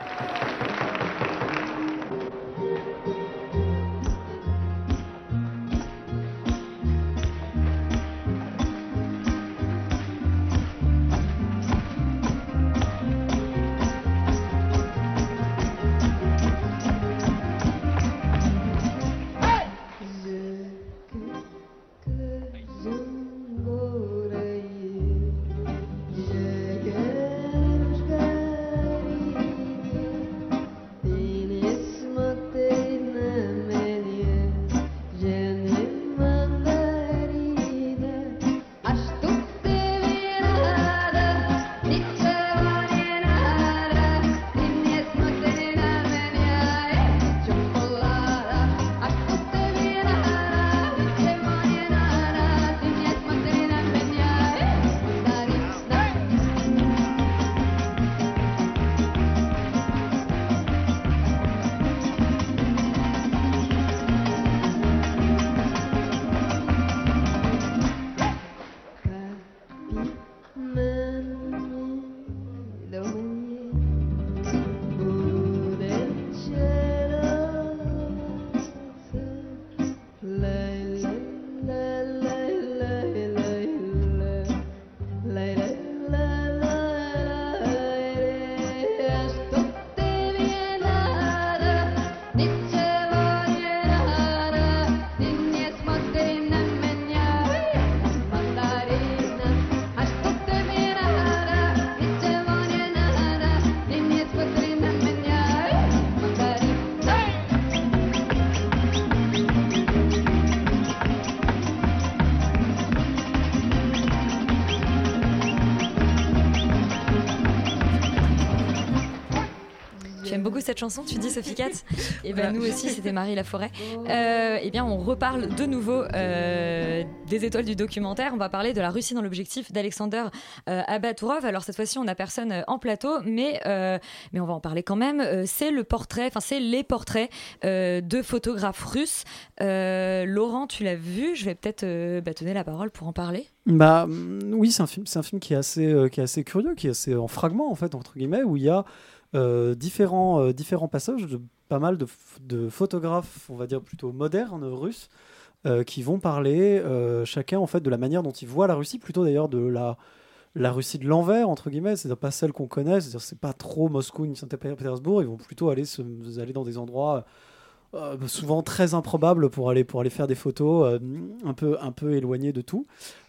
J'aime beaucoup cette chanson, tu dis Sophie Cat. Et ben nous aussi, c'était Marie Laforêt. Euh, et bien, on reparle de nouveau euh, des étoiles du documentaire. On va parler de La Russie dans l'objectif d'Alexander euh, Abatourov. Alors cette fois-ci, on n'a personne en plateau, mais euh, mais on va en parler quand même. Euh, c'est le portrait, enfin c'est les portraits euh, de photographes russes. Euh, Laurent, tu l'as vu. Je vais peut-être euh, bah, te donner la parole pour en parler. Bah oui, c'est un film, c'est un film qui est assez, euh, qui est assez curieux, qui est assez en fragments en fait entre guillemets, où il y a Euh, différents, euh, différents passages de pas mal de, f- de photographes, on va dire plutôt modernes russes, euh, qui vont parler euh, chacun en fait de la manière dont ils voient la Russie, plutôt d'ailleurs de la, la Russie de l'envers entre guillemets, c'est-à-dire pas celle qu'on connaît, c'est-à-dire c'est pas trop Moscou ni Saint-Pétersbourg, ils vont plutôt aller, se, aller dans des endroits euh, souvent très improbables pour aller, pour aller faire des photos euh, un, peu, un peu éloignées de tout.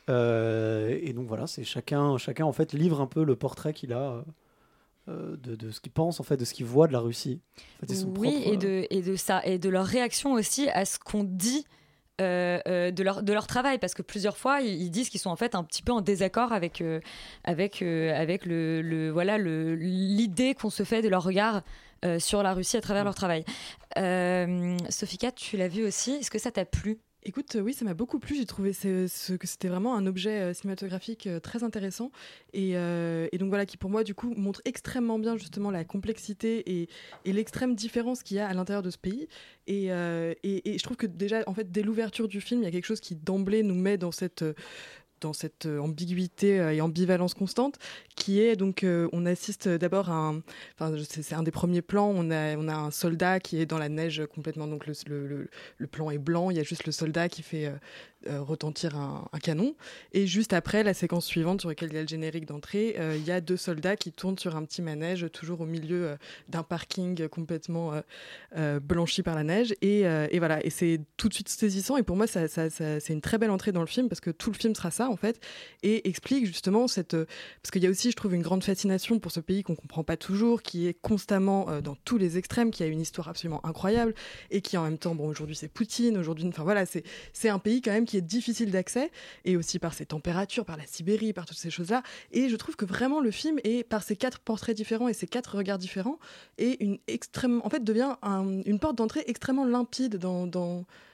Euh, et donc voilà, c'est chacun, chacun en fait livre un peu le portrait qu'il a. Euh, Euh, de, de ce qu'ils pensent, en fait, de ce qu'ils voient de la Russie. En fait, oui, propre, et, de, et de ça, et de leur réaction aussi à ce qu'on dit euh, euh, de, leur, de leur travail, parce que plusieurs fois, ils, ils disent qu'ils sont en fait un petit peu en désaccord avec, euh, avec, euh, avec le, le, voilà, le, l'idée qu'on se fait de leur regard euh, sur la Russie à travers leur travail. Euh, Sophie Cat, tu l'as vu aussi, est-ce que ça t'a plu ? Écoute, oui, ça m'a beaucoup plu. J'ai trouvé ce, ce, que c'était vraiment un objet euh, cinématographique euh, très intéressant. Et, euh, et donc voilà, qui pour moi, du coup, montre extrêmement bien justement la complexité et, et l'extrême différence qu'il y a à l'intérieur de ce pays. Et, euh, et, et je trouve que déjà, en fait, dès l'ouverture du film, il y a quelque chose qui d'emblée nous met dans cette... Euh, dans cette ambiguïté et ambivalence constante, qui est donc euh, on assiste d'abord à un, enfin c'est, c'est un des premiers plans, on a on a un soldat qui est dans la neige complètement, donc le le, le, le plan est blanc, il y a juste le soldat qui fait euh, euh, retentir un, un canon, et juste après la séquence suivante sur laquelle il y a le générique d'entrée, euh, il y a deux soldats qui tournent sur un petit manège toujours au milieu euh, d'un parking complètement euh, euh, blanchi par la neige, et, euh, et voilà, et c'est tout de suite saisissant, et pour moi ça, ça, ça, c'est une très belle entrée dans le film parce que tout le film sera ça en fait, et explique justement cette... Parce qu'il y a aussi, je trouve, une grande fascination pour ce pays qu'on ne comprend pas toujours, qui est constamment euh, dans tous les extrêmes, qui a une histoire absolument incroyable, et qui en même temps, bon, aujourd'hui c'est Poutine, aujourd'hui... Enfin voilà, c'est, c'est un pays quand même qui est difficile d'accès, et aussi par ses températures, par la Sibérie, par toutes ces choses-là, et je trouve que vraiment le film, est, par ses quatre portraits différents et ses quatre regards différents, est une extrême... En fait, devient un, une porte d'entrée extrêmement limpide dans... dans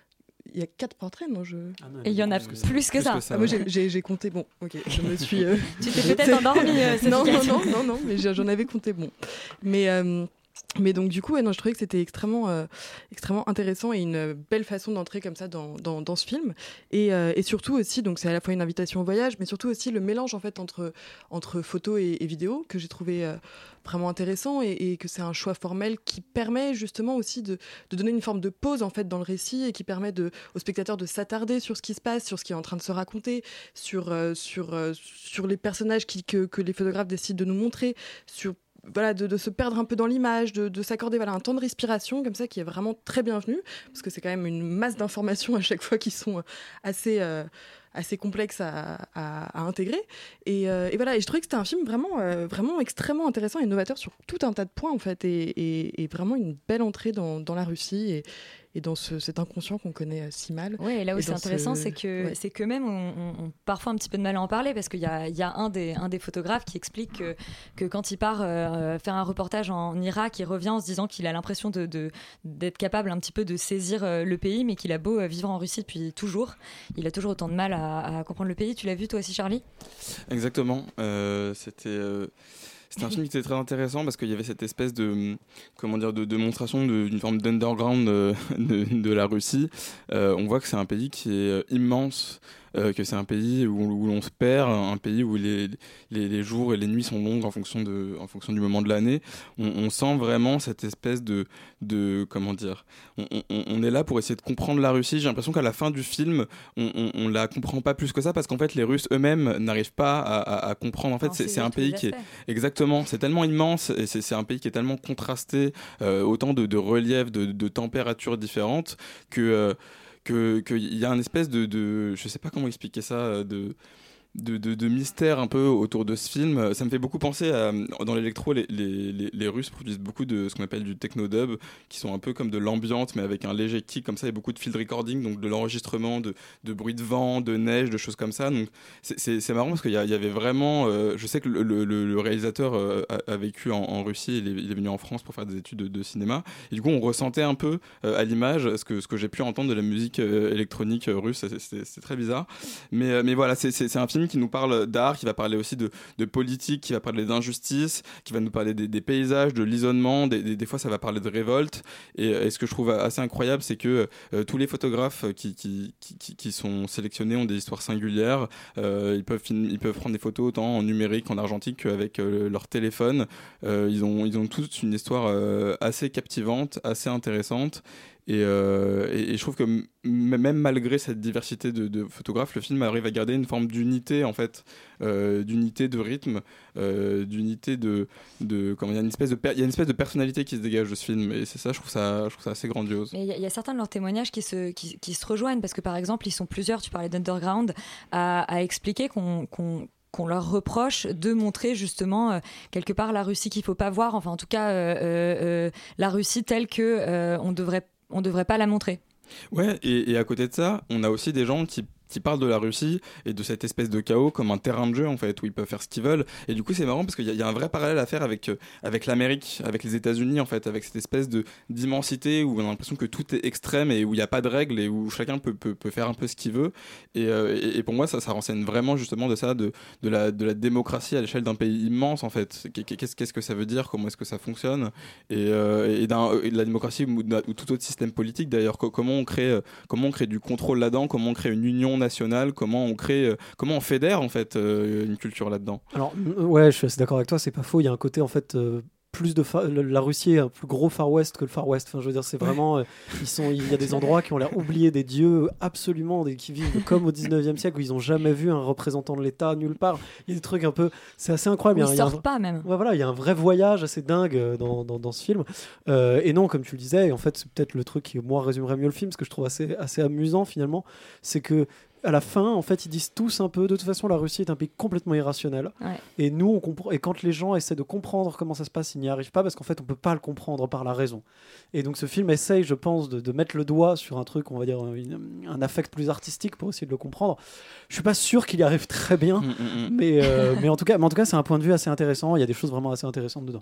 il y a quatre portraits, non je... Ah non, Et il y en a plus, plus que ça. Que ça ah, moi, j'ai, j'ai, j'ai compté, bon, ok, je me suis... Euh... tu t'es peut-être endormie, euh, non, non, non, non, non, mais j'en avais compté, bon. Mais... Euh... Mais donc du coup, ouais, non, je trouvais que c'était extrêmement, euh, extrêmement intéressant et une belle façon d'entrer comme ça dans, dans, dans ce film. Et, euh, et surtout aussi, donc c'est à la fois une invitation au voyage, mais surtout aussi le mélange en fait entre, entre photo et, et vidéo que j'ai trouvé euh, vraiment intéressant et, et que c'est un choix formel qui permet justement aussi de, de donner une forme de pause en fait dans le récit et qui permet de, aux spectateurs de s'attarder sur ce qui se passe, sur ce qui est en train de se raconter, sur, euh, sur, euh, sur les personnages qui, que, que les photographes décident de nous montrer, sur voilà, de, de se perdre un peu dans l'image, de, de s'accorder voilà, un temps de respiration comme ça qui est vraiment très bienvenu, parce que c'est quand même une masse d'informations à chaque fois qui sont assez, euh, assez complexes à, à, à intégrer. Et, euh, et voilà, et je trouvais que c'était un film vraiment, euh, vraiment extrêmement intéressant et novateur sur tout un tas de points en fait, et, et, et vraiment une belle entrée dans, dans la Russie et, et dans ce, cet inconscient qu'on connaît euh, si mal. Oui, et là où et c'est intéressant, ce... c'est que ouais. c'est que même on, on, on parfois un petit peu de mal à en parler parce qu'il y a, il y a un, des, un des photographes qui explique que, que quand il part euh, faire un reportage en Irak, il revient en se disant qu'il a l'impression de, de, d'être capable un petit peu de saisir euh, le pays, mais qu'il a beau euh, vivre en Russie depuis toujours, il a toujours autant de mal à, à comprendre le pays. Tu l'as vu toi aussi, Charlie ? Exactement. Euh, c'était... Euh... C'était un film qui était très intéressant parce qu'il y avait cette espèce de, comment dire, de démonstration d'une forme d'underground de, de, de la Russie. Euh, on voit que c'est un pays qui est immense, euh, que c'est un pays où, où l'on se perd, un pays où les, les, les jours et les nuits sont longues en fonction, de, en fonction du moment de l'année. On, on sent vraiment cette espèce de, de comment dire, on, on, on est là pour essayer de comprendre la Russie. J'ai l'impression qu'à la fin du film, on, on, on la comprend pas plus que ça parce qu'en fait, les Russes eux-mêmes n'arrivent pas à, à, à comprendre. En fait, c'est, c'est un pays qui est exactement, c'est tellement immense et c'est, c'est un pays qui est tellement contrasté, euh, autant de, de reliefs, de, de températures différentes que euh, que qu'il y a une espèce de, de je sais pas comment expliquer ça, de De, de, de mystère un peu autour de ce film. Ça me fait beaucoup penser à, dans l'électro, les, les, les, les Russes produisent beaucoup de ce qu'on appelle du techno-dub, qui sont un peu comme de l'ambiance, mais avec un léger kick comme ça, et beaucoup de field recording, donc de l'enregistrement, de, de bruit de vent, de neige, de choses comme ça. Donc c'est, c'est, c'est marrant parce qu'il y, a, il y avait vraiment... Euh, je sais que le, le, le réalisateur euh, a, a vécu en, en Russie, il est, il est venu en France pour faire des études de, de cinéma, et du coup on ressentait un peu euh, à l'image ce que, ce que j'ai pu entendre de la musique euh, électronique euh, russe. C'est, c'est, c'est très bizarre. Mais, euh, mais voilà, c'est, c'est, c'est un film qui nous parle d'art, qui va parler aussi de, de politique, qui va parler d'injustice, qui va nous parler des, des paysages, de l'isolement, des, des, des fois ça va parler de révolte. Et, et ce que je trouve assez incroyable, c'est que euh, tous les photographes qui, qui, qui, qui sont sélectionnés ont des histoires singulières. Euh, ils, peuvent film, ils peuvent prendre des photos autant en numérique, en argentique qu'avec euh, leur téléphone. Euh, ils, ont, ils ont tous une histoire euh, assez captivante, assez intéressante. Et, euh, et, et je trouve que m- même malgré cette diversité de, de photographes, le film arrive à garder une forme d'unité en fait, euh, d'unité de rythme, euh, d'unité de, de comment il y a une espèce de per- il y a une espèce de personnalité qui se dégage de ce film. Et c'est ça, je trouve ça, je trouve ça assez grandiose. Il y, y a certains de leurs témoignages qui se, qui, qui se rejoignent parce que par exemple, ils sont plusieurs. Tu parlais d'underground à, à expliquer qu'on, qu'on qu'on leur reproche de montrer justement euh, quelque part la Russie qu'il faut pas voir. Enfin, en tout cas, euh, euh, la Russie telle que euh, on devrait on devrait pas la montrer. Ouais, et, et à côté de ça, on a aussi des gens qui qui parlent de la Russie et de cette espèce de chaos comme un terrain de jeu en fait où ils peuvent faire ce qu'ils veulent. Et du coup c'est marrant parce qu'il y a, il y a un vrai parallèle à faire avec, euh, avec l'Amérique, avec les États-Unis en fait, avec cette espèce de, d'immensité où on a l'impression que tout est extrême et où il n'y a pas de règles et où chacun peut, peut, peut faire un peu ce qu'il veut. Et, euh, et, et pour moi ça, ça renseigne vraiment justement de ça, de, de, la, de la démocratie à l'échelle d'un pays immense en fait. Qu'est-ce, qu'est-ce que ça veut dire, comment est-ce que ça fonctionne et, euh, et, d'un, et de la démocratie ou, ou tout autre système politique d'ailleurs. Comment on crée, comment on crée du contrôle là-dedans, comment on crée une union nationale, comment on crée, euh, comment on fédère en fait euh, une culture là-dedans. Alors ouais, je suis assez d'accord avec toi, c'est pas faux. Il y a un côté en fait. Euh... plus de fa- la Russie est un plus gros Far West que le Far West. Enfin, je veux dire, c'est vraiment, euh, ils sont, il y a des endroits qui ont l'air oubliés des dieux absolument, des, qui vivent comme au dix-neuvième siècle où ils ont jamais vu un représentant de l'État nulle part. Il y a des trucs un peu, c'est assez incroyable. Ils il sortent pas même. Ouais, voilà, il y a un vrai voyage assez dingue dans, dans, dans ce film. Euh, et non, comme tu le disais, et en fait, c'est peut-être le truc qui moi résumerait mieux le film, ce que je trouve assez, assez amusant finalement, c'est que à la fin, en fait, ils disent tous un peu, de toute façon, la Russie est un pays complètement irrationnel. Ouais. Et nous, on comprend. Et quand les gens essaient de comprendre comment ça se passe, ils n'y arrivent pas parce qu'en fait, on peut pas le comprendre par la raison. Et donc, ce film essaye, je pense, de, de mettre le doigt sur un truc, on va dire, une, un affect plus artistique pour essayer de le comprendre. Je suis pas sûr qu'il y arrive très bien, Mmh, mmh. mais, euh, mais en tout cas, mais en tout cas, c'est un point de vue assez intéressant. Il y a des choses vraiment assez intéressantes dedans.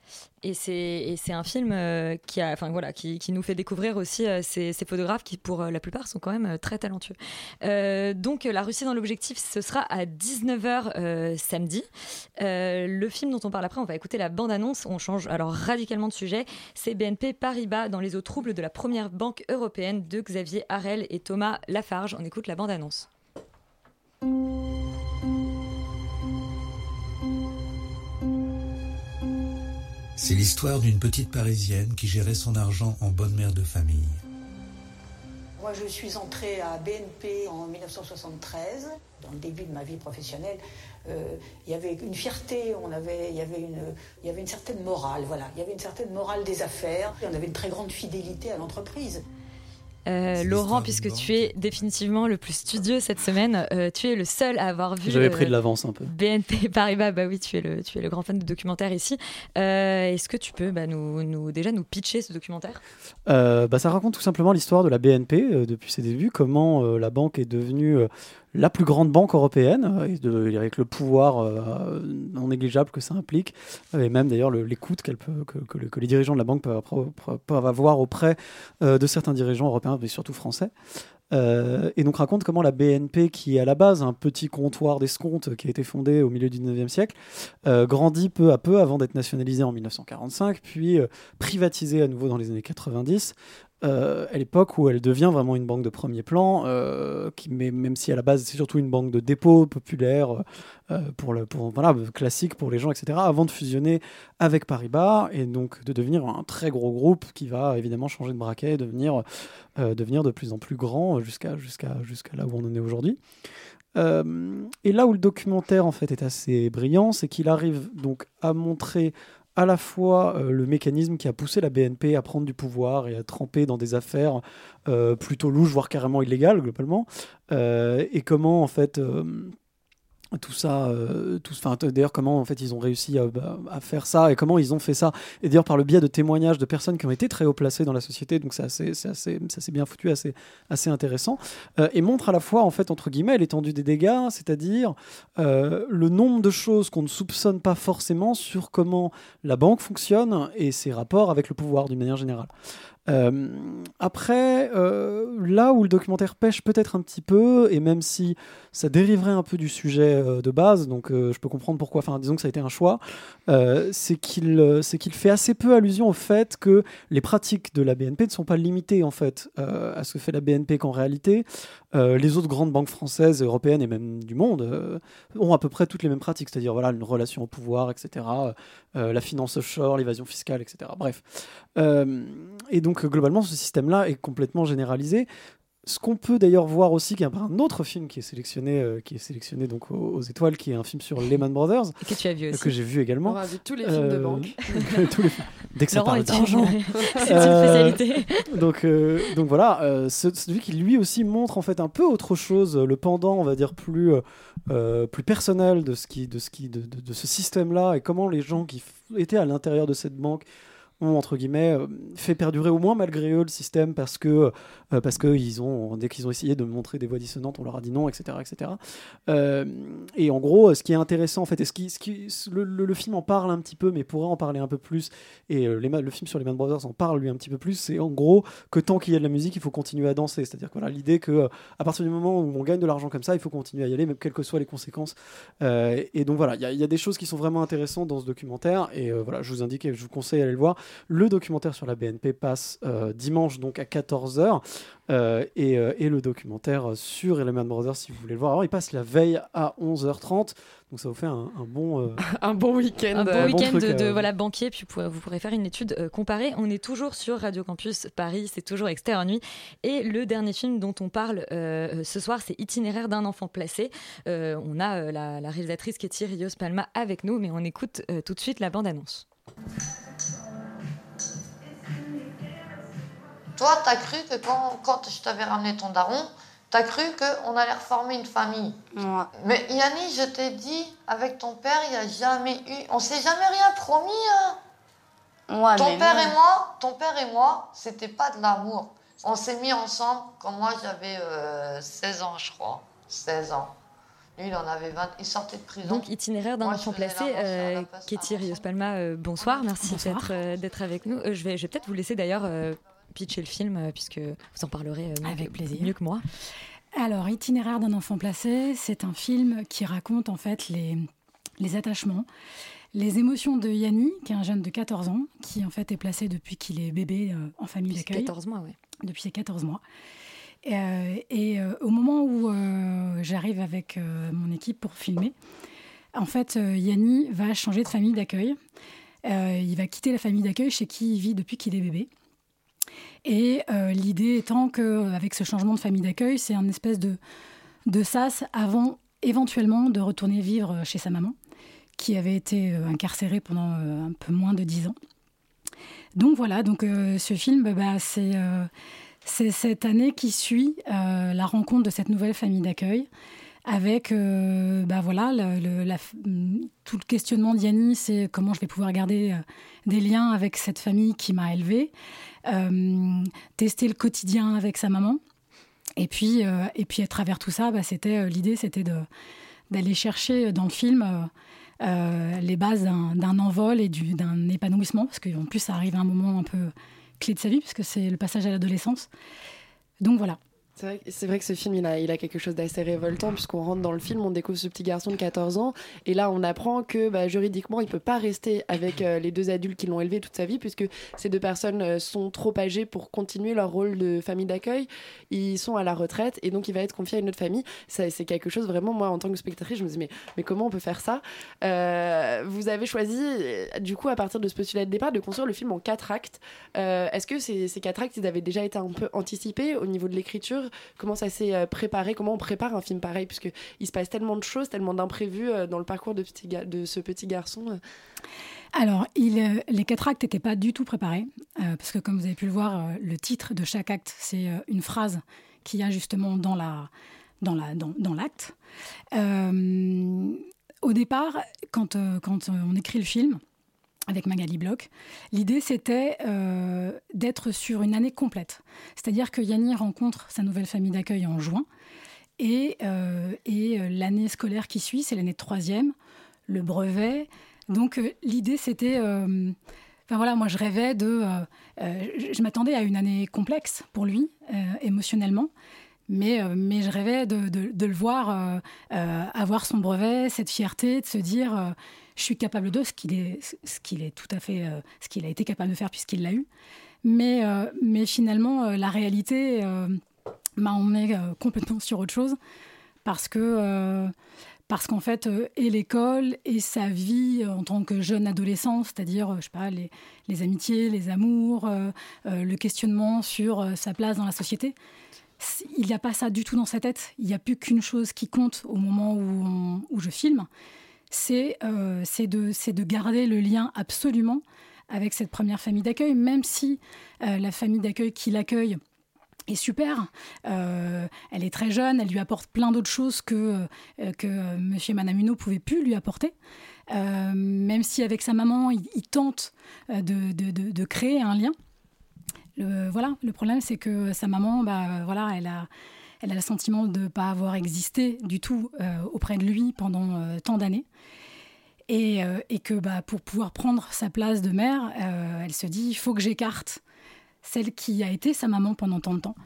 Et c'est, et c'est un film euh, qui, a, enfin, voilà, qui, qui nous fait découvrir aussi euh, ces, ces photographes qui, pour euh, la plupart, sont quand même euh, très talentueux. Euh, donc, euh, La Russie dans l'objectif, ce sera à dix-neuf heures euh, samedi. Euh, le film dont on parle après, on va écouter la bande-annonce. On change alors radicalement de sujet. C'est B N P Paribas dans les eaux troubles de la première banque européenne de Xavier Harel et Thomas Lafarge. On écoute la bande-annonce. C'est l'histoire d'une petite Parisienne qui gérait son argent en bonne mère de famille. Moi, je suis entrée à B N P en dix-neuf cent soixante-treize. Dans le début de ma vie professionnelle, euh, il y avait une fierté, on avait, il y avait une, il y avait une certaine morale, voilà. Il y avait une certaine morale des affaires. Et on avait une très grande fidélité à l'entreprise. Euh, Laurent, puisque tu es définitivement le plus studieux cette semaine, euh, tu es le seul à avoir vu. J'avais pris de l'avance un peu. B N P Paribas, bah oui, tu es le, tu es le grand fan de documentaire ici. Euh, est-ce que tu peux bah, nous, nous, déjà nous pitcher ce documentaire ? euh, bah, Ça raconte tout simplement l'histoire de la B N P euh, depuis ses débuts, comment euh, la banque est devenue euh, la plus grande banque européenne, euh, et de, avec le pouvoir euh, non négligeable que ça implique, et même d'ailleurs le, l'écoute qu'elle peut, que, que, que les dirigeants de la banque peuvent, peuvent avoir auprès euh, de certains dirigeants européens, mais surtout français. Euh, et donc raconte comment la B N P, qui est à la base un petit comptoir d'escompte qui a été fondé au milieu du dix-neuvième siècle, euh, grandit peu à peu avant d'être nationalisé en dix-neuf cent quarante-cinq, puis euh, privatisé à nouveau dans les années quatre-vingt-dix, euh, à l'époque où elle devient vraiment une banque de premier plan, euh, qui, mais, même si à la base c'est surtout une banque de dépôt populaire, euh, pour le, pour, voilà, classique pour les gens, et cetera, avant de fusionner avec Paribas, et donc de devenir un très gros groupe qui va évidemment changer de braquet et devenir, euh, devenir de plus en plus grand jusqu'à, jusqu'à, jusqu'à là où on en est aujourd'hui. Euh, et là où le documentaire en fait est assez brillant, c'est qu'il arrive donc à montrer à la fois euh, le mécanisme qui a poussé la B N P à prendre du pouvoir et à tremper dans des affaires euh, plutôt louches, voire carrément illégales globalement, euh, et comment en fait euh, tout ça, euh, tout, d'ailleurs comment en fait ils ont réussi à, à faire ça et comment ils ont fait ça, et d'ailleurs par le biais de témoignages de personnes qui ont été très haut placées dans la société, donc c'est assez, c'est assez, c'est assez bien foutu, assez, assez intéressant, euh, et montre à la fois en fait entre guillemets l'étendue des dégâts, c'est-à-dire euh, le nombre de choses qu'on ne soupçonne pas forcément sur comment la banque fonctionne et ses rapports avec le pouvoir d'une manière générale. Euh, après, euh, là où le documentaire pêche peut-être un petit peu, et même si ça dériverait un peu du sujet euh, de base, donc euh, je peux comprendre pourquoi, enfin disons que ça a été un choix, euh, c'est qu'il, euh, c'est qu'il fait assez peu allusion au fait que les pratiques de la B N P ne sont pas limitées en fait euh, à ce que fait la B N P, qu'en réalité euh, les autres grandes banques françaises, européennes et même du monde euh, ont à peu près toutes les mêmes pratiques, c'est-à-dire voilà, une relation au pouvoir, et cetera, euh, la finance offshore, l'évasion fiscale, et cetera. Bref. Euh, et donc Donc globalement, ce système-là est complètement généralisé. Ce qu'on peut d'ailleurs voir aussi, qu'il y a un autre film qui est sélectionné, euh, qui est sélectionné donc aux, aux étoiles, qui est un film sur Lehman Brothers, que tu as vu aussi, que j'ai vu également. On a vu tous les films euh, de banque. tous les... Dès que ça Laurent parle d'argent, c'est une spécialité. Euh, donc, euh, donc voilà, euh, celui qui lui aussi montre en fait un peu autre chose, le pendant, on va dire plus euh, plus personnel de ce qui, de ce qui, de, de, de ce système-là, et comment les gens qui f- étaient à l'intérieur de cette banque ont entre guillemets euh, fait perdurer au moins malgré eux le système, parce que euh, parce que ils ont, dès qu'ils ont essayé de montrer des voix dissonantes, on leur a dit non, etc., etc. Euh, et en gros, ce qui est intéressant en fait, et ce qui, ce qui le, le, le film en parle un petit peu, mais pourrait en parler un peu plus, et euh, les, le film sur les Lehman Brothers en parle lui un petit peu plus, c'est en gros que tant qu'il y a de la musique, il faut continuer à danser. C'est-à-dire que voilà, l'idée que euh, à partir du moment où on gagne de l'argent comme ça, il faut continuer à y aller, même quelles que soient les conséquences. Euh, et donc voilà, il y, y a des choses qui sont vraiment intéressantes dans ce documentaire, et euh, voilà, je vous indique et je vous conseille d'aller le voir. Le documentaire sur la B N P passe euh, dimanche donc à quatorze heures, euh, et, euh, et le documentaire sur Lehman Brothers, si vous voulez le voir, alors il passe la veille à onze heures trente, donc ça vous fait un, un bon euh, un bon week-end, un bon un week-end bon de, truc, de euh... voilà, banquier, puis vous pourrez, vous pourrez faire une étude euh, comparée. On est toujours sur Radio Campus Paris, c'est toujours Extérieur Nuit, et le dernier film dont on parle euh, ce soir, c'est Itinéraire d'un enfant placé. Euh, on a euh, la, la réalisatrice Ketty Rios Palma avec nous, mais on écoute euh, tout de suite la bande-annonce. Toi, t'as cru que quand, quand je t'avais ramené ton daron, t'as cru qu'on allait reformer une famille. Ouais. Mais Yanni, je t'ai dit, avec ton père, il n'y a jamais eu... On s'est jamais rien promis, hein. Ouais, ton père non. et moi, ton père et moi, c'était pas de l'amour. On s'est mis ensemble quand moi, j'avais euh, seize ans, je crois. seize ans. Lui, il en avait vingt, il sortait de prison. Donc, itinéraire d'un Moi, enfant je faisais placé. l'avance, Euh, la passe Katie Rios-Palma, euh, bonsoir. Merci Bonsoir. d'être, euh, d'être avec nous. Euh, je, vais, je vais peut-être vous laisser d'ailleurs euh, pitcher le film, euh, puisque vous en parlerez euh, mieux, Avec que, plaisir. mieux que moi. Alors, Itinéraire d'un enfant placé, c'est un film qui raconte en fait les, les attachements, les émotions de Yanni, qui est un jeune de quatorze ans, qui en fait est placé depuis qu'il est bébé euh, en famille Depuis d'accueil. quatorze mois, oui. Depuis ses quatorze mois. Euh, et euh, au moment où euh, j'arrive avec euh, mon équipe pour filmer, en fait, euh, Yanni va changer de famille d'accueil. Euh, il va quitter la famille d'accueil chez qui il vit depuis qu'il est bébé. Et euh, l'idée étant qu'avec ce changement de famille d'accueil, c'est un espèce de, de sas avant éventuellement de retourner vivre chez sa maman, qui avait été euh, incarcérée pendant euh, un peu moins de dix ans. Donc voilà, donc, euh, ce film, bah, c'est... Euh, C'est cette année qui suit euh, la rencontre de cette nouvelle famille d'accueil avec euh, bah voilà, le, le, la, tout le questionnement d'Yanni, c'est comment je vais pouvoir garder euh, des liens avec cette famille qui m'a élevée, euh, tester le quotidien avec sa maman. Et puis, euh, et puis à travers tout ça, bah, c'était, euh, l'idée c'était de, d'aller chercher dans le film euh, euh, les bases d'un, d'un envol et du, d'un épanouissement, parce qu'en plus ça arrive à un moment un peu clé de sa vie, parce que c'est le passage à l'adolescence. Donc voilà. C'est vrai, c'est vrai que ce film, il a, il a quelque chose d'assez révoltant, puisqu'on rentre dans le film, on découvre ce petit garçon de quatorze ans, et là, on apprend que bah, juridiquement, il ne peut pas rester avec euh, les deux adultes qui l'ont élevé toute sa vie, puisque ces deux personnes euh, sont trop âgées pour continuer leur rôle de famille d'accueil. Ils sont à la retraite, et donc il va être confié à une autre famille. Ça, c'est quelque chose, vraiment, moi, en tant que spectatrice, je me dis, mais, mais comment on peut faire ça euh, Vous avez choisi, du coup, à partir de ce postulat de départ, de construire le film en quatre actes. Euh, est-ce que ces, ces quatre actes, ils avaient déjà été un peu anticipés au niveau de l'écriture ? Comment ça s'est préparé? Comment on prépare un film pareil? Puisqu'il se passe tellement de choses, tellement d'imprévus dans le parcours de, petit ga- de ce petit garçon. Alors, il, euh, les quatre actes n'étaient pas du tout préparés, euh, parce que comme vous avez pu le voir, euh, le titre de chaque acte, c'est euh, une phrase qu'il y a justement dans, la, dans, la, dans, dans l'acte. Euh, au départ, quand, euh, quand on écrit le film, avec Magali Bloch, l'idée c'était euh, d'être sur une année complète. C'est-à-dire que Yanni rencontre sa nouvelle famille d'accueil en juin, et, euh, et l'année scolaire qui suit, c'est l'année de troisième, le brevet. Donc euh, l'idée c'était... Euh, enfin voilà, moi je rêvais de... Euh, euh, je, je m'attendais à une année complexe pour lui, euh, émotionnellement, mais, euh, mais je rêvais de, de, de le voir euh, euh, avoir son brevet, cette fierté, de se dire... Euh, je suis capable de ce qu'il est, ce qu'il est tout à fait, euh, ce qu'il a été capable de faire puisqu'il l'a eu. Mais, euh, mais finalement, euh, la réalité euh, m'a emmené euh, complètement sur autre chose parce que, euh, parce qu'en fait, euh, et l'école et sa vie euh, en tant que jeune adolescent, c'est-à-dire, euh, je sais pas, les, les amitiés, les amours, euh, euh, le questionnement sur euh, sa place dans la société. Il n'y a pas ça du tout dans sa tête. Il n'y a plus qu'une chose qui compte au moment où, on, où je filme. C'est, euh, c'est, de, c'est de garder le lien absolument avec cette première famille d'accueil, même si euh, la famille d'accueil qui l'accueille est super. Euh, elle est très jeune, elle lui apporte plein d'autres choses que, euh, que euh, monsieur et madame Huneau pouvaient plus lui apporter. Euh, même si avec sa maman, il, il tente euh, de, de, de, de créer un lien. Le, voilà, le problème, c'est que sa maman, bah, voilà, elle a... Elle a le sentiment de ne pas avoir existé du tout euh, auprès de lui pendant euh, tant d'années. Et, euh, et que bah, pour pouvoir prendre sa place de mère, euh, elle se dit, il faut que j'écarte celle qui a été sa maman pendant tant de temps.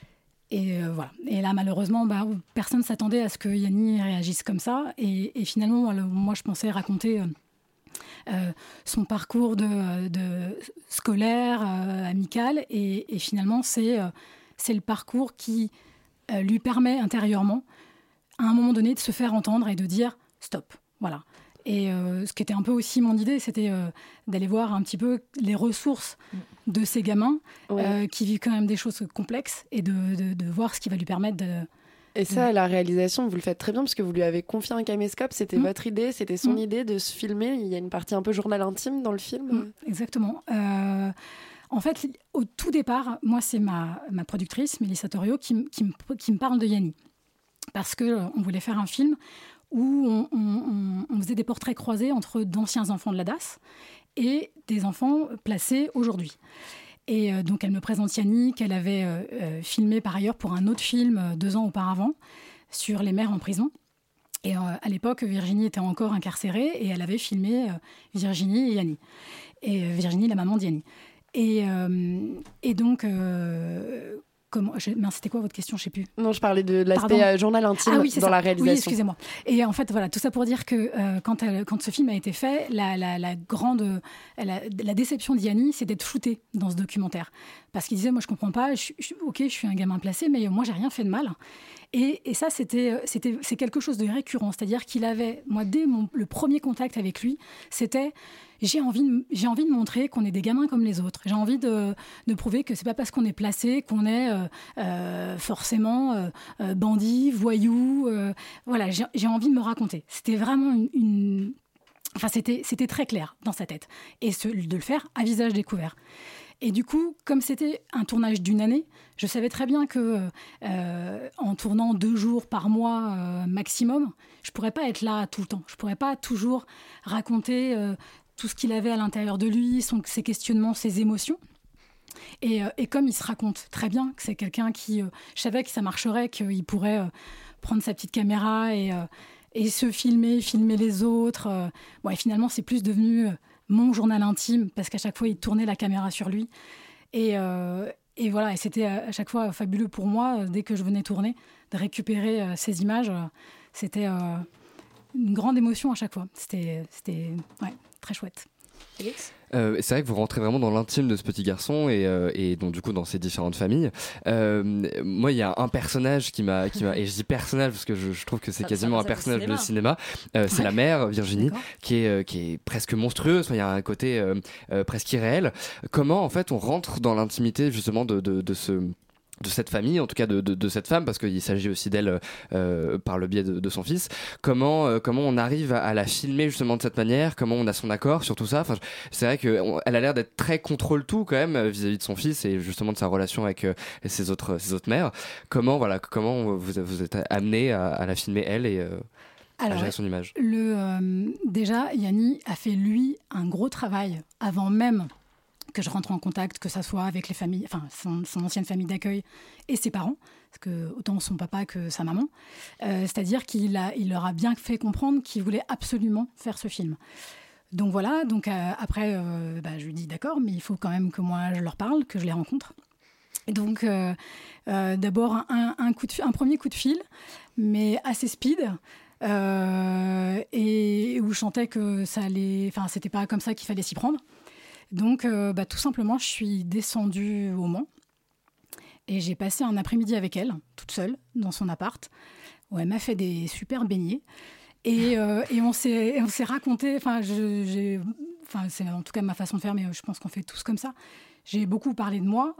Et euh, voilà. Et là, malheureusement, bah, personne ne s'attendait à ce que Yanni réagisse comme ça. Et, et finalement, alors, moi, je pensais raconter... Euh, Euh, son parcours de, de scolaire, euh, amical, et, et finalement c'est, euh, c'est le parcours qui euh, lui permet intérieurement, à un moment donné, de se faire entendre et de dire stop, voilà. Et euh, ce qui était un peu aussi mon idée, c'était euh, d'aller voir un petit peu les ressources de ces gamins ouais. euh, qui vivent quand même des choses complexes et de, de, de voir ce qui va lui permettre de... Et ça, la réalisation, vous le faites très bien parce que vous lui avez confié un caméscope. C'était mmh. votre idée, c'était son mmh. idée de se filmer. Il y a une partie un peu journal intime dans le film. Mmh. Exactement. Euh, en fait, au tout départ, moi, c'est ma, ma productrice, Mélissa Torio, qui, qui, me, qui me parle de Yanni. Parce qu'on euh, voulait faire un film où on, on, on faisait des portraits croisés entre d'anciens enfants de la D A S et des enfants placés aujourd'hui. Et euh, donc, elle me présente Yanni, qu'elle avait euh, filmé par ailleurs pour un autre film euh, deux ans auparavant, sur les mères en prison. Et euh, à l'époque, Virginie était encore incarcérée et elle avait filmé euh, Virginie et Yanni. Et euh, Virginie, la maman d'Yanni. Et, euh, et donc, euh, comment, je, mince, c'était quoi votre question? Je ne sais plus. Non, je parlais de, de l'aspect euh, journal intime ah, oui, dans ça. la réalisation. Oui, excusez-moi. Et en fait, voilà, tout ça pour dire que euh, quand, elle, quand ce film a été fait, la, la, la grande, la, la déception d'Yanni, c'est d'être floutée dans ce documentaire. Parce qu'il disait, moi, je ne comprends pas, je, je, ok, je suis un gamin placé, mais moi, je n'ai rien fait de mal. Et, et ça, c'était, c'était, c'est quelque chose de récurrent. C'est-à-dire qu'il avait, moi, dès mon, le premier contact avec lui, c'était... J'ai envie, de, j'ai envie de montrer qu'on est des gamins comme les autres. J'ai envie de, de prouver que c'est pas parce qu'on est placé qu'on est euh, euh, forcément euh, euh, bandit, voyou. Euh, voilà, j'ai, j'ai envie de me raconter. C'était vraiment une... une... Enfin, c'était, c'était très clair dans sa tête. Et ce, de le faire à visage découvert. Et du coup, comme c'était un tournage d'une année, je savais très bien que euh, en tournant deux jours par mois euh, maximum, je pourrais pas être là tout le temps. Je pourrais pas toujours raconter euh, tout ce qu'il avait à l'intérieur de lui, son, ses questionnements, ses émotions. Et, euh, et comme il se raconte très bien, que c'est quelqu'un qui... Euh, je savais que ça marcherait, qu'il pourrait euh, prendre sa petite caméra et, euh, et se filmer, filmer les autres. Euh, bon, et finalement, c'est plus devenu euh, mon journal intime, parce qu'à chaque fois, il tournait la caméra sur lui. Et, euh, et voilà, et c'était à chaque fois fabuleux pour moi, dès que je venais tourner, de récupérer euh, ces images. Euh, c'était euh, une grande émotion à chaque fois. C'était... c'était ouais. Très chouette. Félix ? Euh, c'est vrai que vous rentrez vraiment dans l'intime de ce petit garçon et, euh, et donc du coup dans ses différentes familles. Euh, moi, il y a un personnage qui m'a, qui m'a et je dis personnage parce que je, je trouve que c'est ça, quasiment ça, un personnage de cinéma. Euh, c'est ouais. la mère Virginie qui est euh, qui est presque monstrueuse. Il y a un côté euh, euh, presque irréel. Comment en fait on rentre dans l'intimité justement de de, de ce de cette famille, en tout cas de, de, de cette femme, parce qu'il s'agit aussi d'elle euh, par le biais de, de son fils. Comment, euh, comment on arrive à, à la filmer justement de cette manière? Comment on a son accord sur tout ça? Enfin, c'est vrai qu'elle a l'air d'être très contrôle-tout quand même vis-à-vis de son fils et justement de sa relation avec euh, ses, autres, ses autres mères. Comment, voilà, comment vous, vous êtes amené à, à la filmer elle et euh, Alors, à gérer son image? le, euh, Déjà, Yanni a fait lui un gros travail avant même que je rentre en contact, que ça soit avec les familles, enfin son, son ancienne famille d'accueil et ses parents, parce que autant son papa que sa maman. Euh, c'est-à-dire qu'il a, il leur a bien fait comprendre qu'il voulait absolument faire ce film. Donc voilà, donc euh, après, euh, bah, je lui dis d'accord, mais il faut quand même que moi je leur parle, que je les rencontre. Et donc euh, euh, d'abord un, un, coup de, un premier coup de fil, mais assez speed. Euh, et où je sentais que ça allait, enfin c'était pas comme ça qu'il fallait s'y prendre. Donc, euh, bah, tout simplement, je suis descendue au Mans et j'ai passé un après-midi avec elle, toute seule, dans son appart, où elle m'a fait des super beignets. Et, euh, et on s'est, on s'est raconté, enfin, je, j'ai, enfin, c'est en tout cas ma façon de faire, mais je pense qu'on fait tous comme ça. J'ai beaucoup parlé de moi,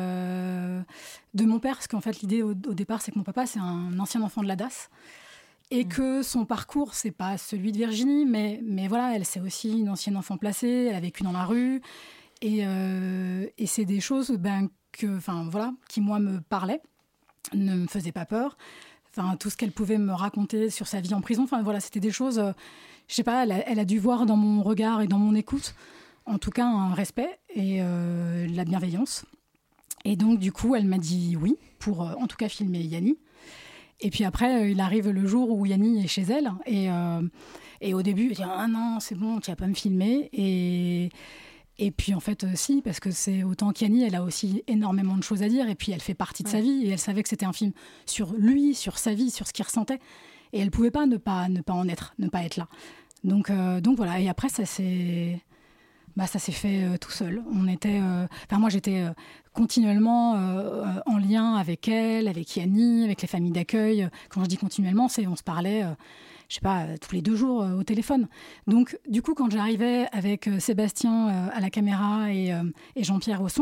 euh, de mon père, parce qu'en fait, l'idée au, au départ, c'est que mon papa, c'est un ancien enfant de la D A S. Et que son parcours, c'est pas celui de Virginie, mais, mais voilà, elle, c'est aussi une ancienne enfant placée, elle a vécu dans la rue. Et, euh, et c'est des choses ben, que, enfin, voilà, qui, moi, me parlaient, ne me faisaient pas peur. Enfin, tout ce qu'elle pouvait me raconter sur sa vie en prison, enfin, voilà, c'était des choses, euh, je sais pas, elle a, elle a dû voir dans mon regard et dans mon écoute, en tout cas, un respect et euh, de la bienveillance. Et donc, du coup, elle m'a dit oui, pour euh, en tout cas filmer Yanni. Et puis après, euh, il arrive le jour où Yanni est chez elle. Et, euh, et au début, elle dit « Ah non, c'est bon, tu vas pas me filmer. » Et, et puis en fait, euh, si, parce que c'est autant qu'Yanni, elle a aussi énormément de choses à dire. Et puis elle fait partie de ouais. sa vie. Et elle savait que c'était un film sur lui, sur sa vie, sur ce qu'il ressentait. Et elle pouvait pas ne pas, ne pas en être, ne pas être là. Donc, euh, donc voilà. Et après, ça s'est... Bah, ça s'est fait euh, tout seul. On était, euh... enfin, moi, j'étais euh, continuellement euh, en lien avec elle, avec Yanni, avec les familles d'accueil. Quand je dis continuellement, c'est on se parlait, euh, je sais pas, tous les deux jours euh, au téléphone. Donc, du coup, quand j'arrivais avec euh, Sébastien euh, à la caméra et, euh, et Jean-Pierre au son,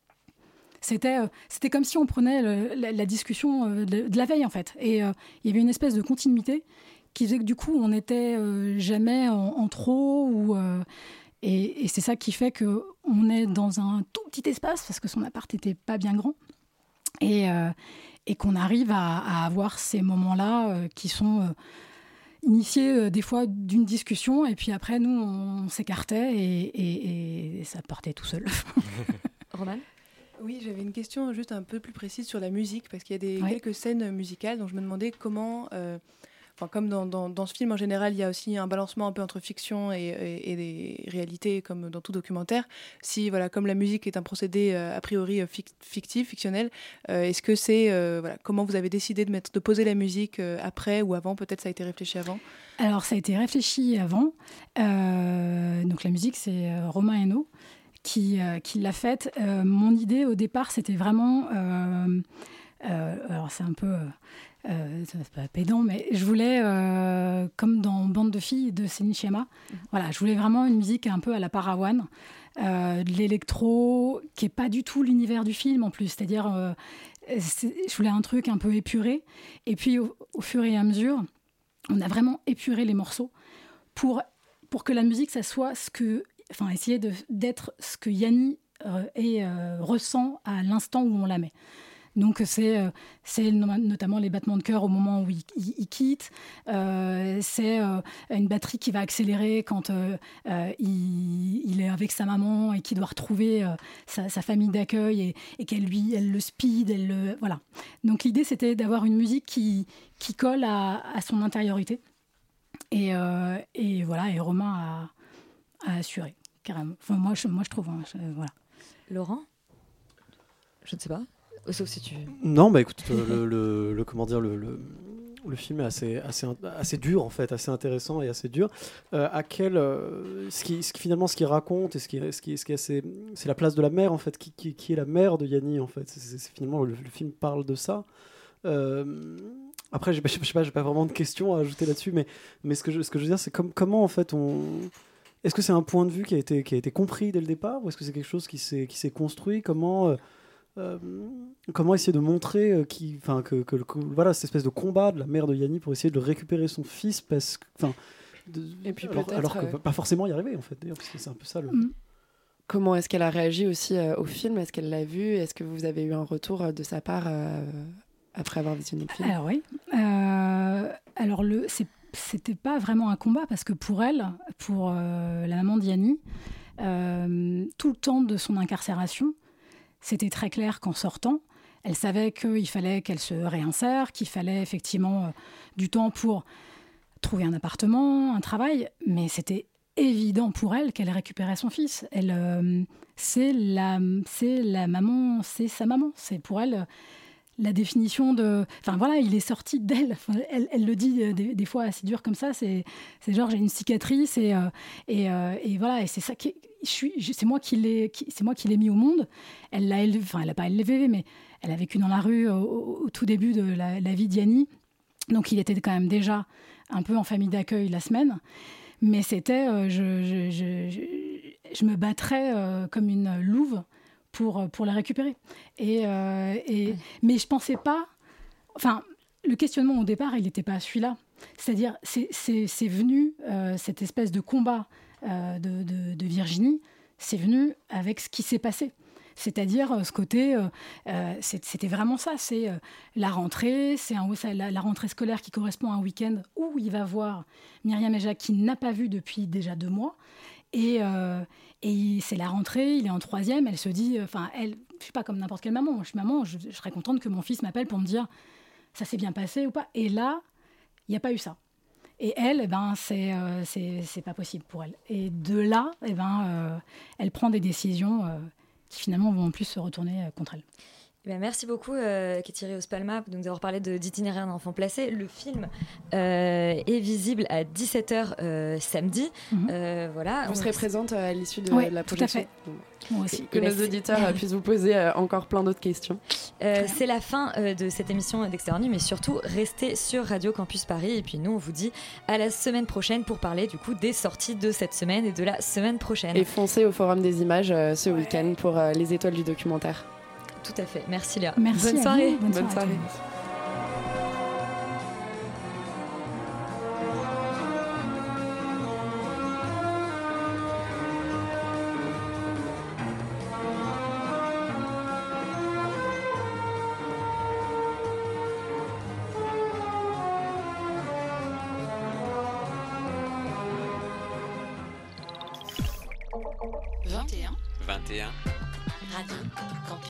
c'était, euh, c'était comme si on prenait le, la, la discussion euh, de, de la veille, en fait. Et euh, il y avait une espèce de continuité qui faisait que, du coup, on n'était euh, jamais en, en trop ou... Euh, Et, et c'est ça qui fait qu'on est dans un tout petit espace, parce que son appart n'était pas bien grand, et, euh, et qu'on arrive à, à avoir ces moments-là euh, qui sont euh, initiés euh, des fois d'une discussion, et puis après, nous, on, on s'écartait, et, et, et ça partait tout seul. Roman ? Oui, j'avais une question juste un peu plus précise sur la musique, parce qu'il y a des, ouais. quelques scènes musicales dont je me demandais comment... Euh, enfin, comme dans, dans, dans ce film en général, il y a aussi un balancement un peu entre fiction et, et, et des réalités, comme dans tout documentaire. Si, voilà, comme la musique est un procédé euh, a priori euh, fic- fictif, fictionnel, euh, est-ce que c'est, euh, voilà, comment vous avez décidé de, mettre, de poser la musique euh, après ou avant? Peut-être ça a été réfléchi avant? Alors, ça a été réfléchi avant. Euh, donc, la musique, c'est euh, Romain Hainaut qui, euh, qui l'a faite. Euh, mon idée, au départ, c'était vraiment... Euh, euh, alors, c'est un peu... Euh, c'est pas pédant, mais je voulais, euh, comme dans Bande de filles de Céline Sciamma, mmh. voilà, je voulais vraiment une musique un peu à la Parawan, euh, de l'électro, qui n'est pas du tout l'univers du film en plus, c'est-à-dire, euh, c'est, je voulais un truc un peu épuré, et puis au, au fur et à mesure, on a vraiment épuré les morceaux pour, pour que la musique, ça soit ce que, enfin, essayer de, d'être ce que Yanni euh, et, euh, ressent à l'instant où on la met. Donc, c'est, euh, c'est notamment les battements de cœur au moment où il, il, il quitte. Euh, c'est euh, une batterie qui va accélérer quand euh, euh, il, il est avec sa maman et qu'il doit retrouver euh, sa, sa famille d'accueil et, et qu'elle lui, elle le speed. Elle le, voilà. Donc, l'idée, c'était d'avoir une musique qui, qui colle à, à son intériorité. Et, euh, et voilà, et Romain a, a assuré, carrément. Enfin, moi, je, moi, je trouve. Hein, je, voilà. Laurent ? Je ne sais pas. Sauf si tu... Non, bah écoute, le, le, le comment dire, le, le, le film est assez, assez, assez dur en fait, assez intéressant et assez dur. Euh, à quel, euh, ce qui, ce qui finalement, ce qu'il raconte et ce qui, ce qui, ce qui est assez, c'est la place de la mère en fait, qui, qui, qui est la mère de Yanni en fait. C'est, c'est, c'est finalement le, le film parle de ça. Euh, après, je sais pas, j'ai pas vraiment de questions à ajouter là-dessus, mais, mais ce que je, ce que je veux dire, c'est comme, comment en fait on. Est-ce que c'est un point de vue qui a été, qui a été compris dès le départ, ou est-ce que c'est quelque chose qui s'est, qui s'est construit? Comment euh, Euh, comment essayer de montrer euh, qui, que, que, que voilà, cette espèce de combat de la mère de Yanni pour essayer de récupérer son fils parce que, de, et puis alors, alors que euh... pas forcément y arriver en fait d'ailleurs, parce que c'est un peu ça le... Comment est-ce qu'elle a réagi aussi euh, au film? Est-ce qu'elle l'a vu? Est-ce que vous avez eu un retour euh, de sa part euh, après avoir visionné le film? Alors oui, euh, alors le, c'est, c'était pas vraiment un combat parce que pour elle, pour euh, la maman de Yanni, euh, tout le temps de son incarcération, c'était très clair qu'en sortant, elle savait qu'il fallait qu'elle se réinsère, qu'il fallait effectivement euh, du temps pour trouver un appartement, un travail, mais c'était évident pour elle qu'elle récupérait son fils. Elle, euh, c'est, la, c'est la maman, c'est sa maman. C'est pour elle euh, la définition de... Enfin voilà, il est sorti d'elle. Enfin, elle, elle le dit euh, des, des fois assez dur comme ça. C'est, c'est genre, j'ai une cicatrice et, euh, et, euh, et voilà, et c'est ça qui est... Je suis, je, c'est moi qui l'ai, qui, c'est moi qui l'ai mis au monde. Elle l'a élevé, enfin elle l'a pas élevé, mais elle a vécu dans la rue au, au, au tout début de la, la vie d'Yanni. Donc il était quand même déjà un peu en famille d'accueil la semaine. Mais c'était, euh, je, je, je, je, je me battrais euh, comme une louve pour pour la récupérer. Et, euh, et mais je pensais pas. Enfin, le questionnement au départ, il n'était pas celui-là. C'est-à-dire, c'est c'est, c'est venu euh, cette espèce de combat. Euh, de, de, de Virginie, c'est venu avec ce qui s'est passé. C'est-à-dire euh, ce côté, euh, euh, c'est, c'était vraiment ça, c'est euh, la rentrée, c'est un, la, la rentrée scolaire qui correspond à un week-end où il va voir Myriam et Jacques qu'il n'a pas vu depuis déjà deux mois. Et, euh, et c'est la rentrée, il est en troisième, elle se dit, enfin, euh, elle, je ne suis pas comme n'importe quelle maman, je suis maman, je, je serais contente que mon fils m'appelle pour me dire ça s'est bien passé ou pas. Et là, il n'y a pas eu ça. Et elle, eh ben, c'est, euh, c'est, c'est pas possible pour elle. Et de là, eh ben, euh, elle prend des décisions euh, qui finalement vont en plus se retourner euh, contre elle. Eh bien, merci beaucoup, euh, Thierry Ospalma, de nous avoir parlé de, d'Itinéraire d'un enfant placé. Le film euh, est visible à dix-sept heures euh, samedi. Mm-hmm. Euh, voilà. Vous On... serez présente à l'issue de ouais, la projection. Tout à fait. Moi aussi. Que nos auditeurs euh, puissent vous poser euh, encore plein d'autres questions. Euh, c'est la fin euh, de cette émission d'Extérieur Nuit, mais surtout, restez sur Radio Campus Paris. Et puis nous, on vous dit à la semaine prochaine pour parler du coup des sorties de cette semaine et de la semaine prochaine. Et foncez au Forum des images euh, ce ouais. week-end pour euh, les étoiles du documentaire. Tout à fait. Merci Léa. Merci. Bonne soirée. Bonne, Bonne soirée. vingt et un. vingt et un. Radio Campus.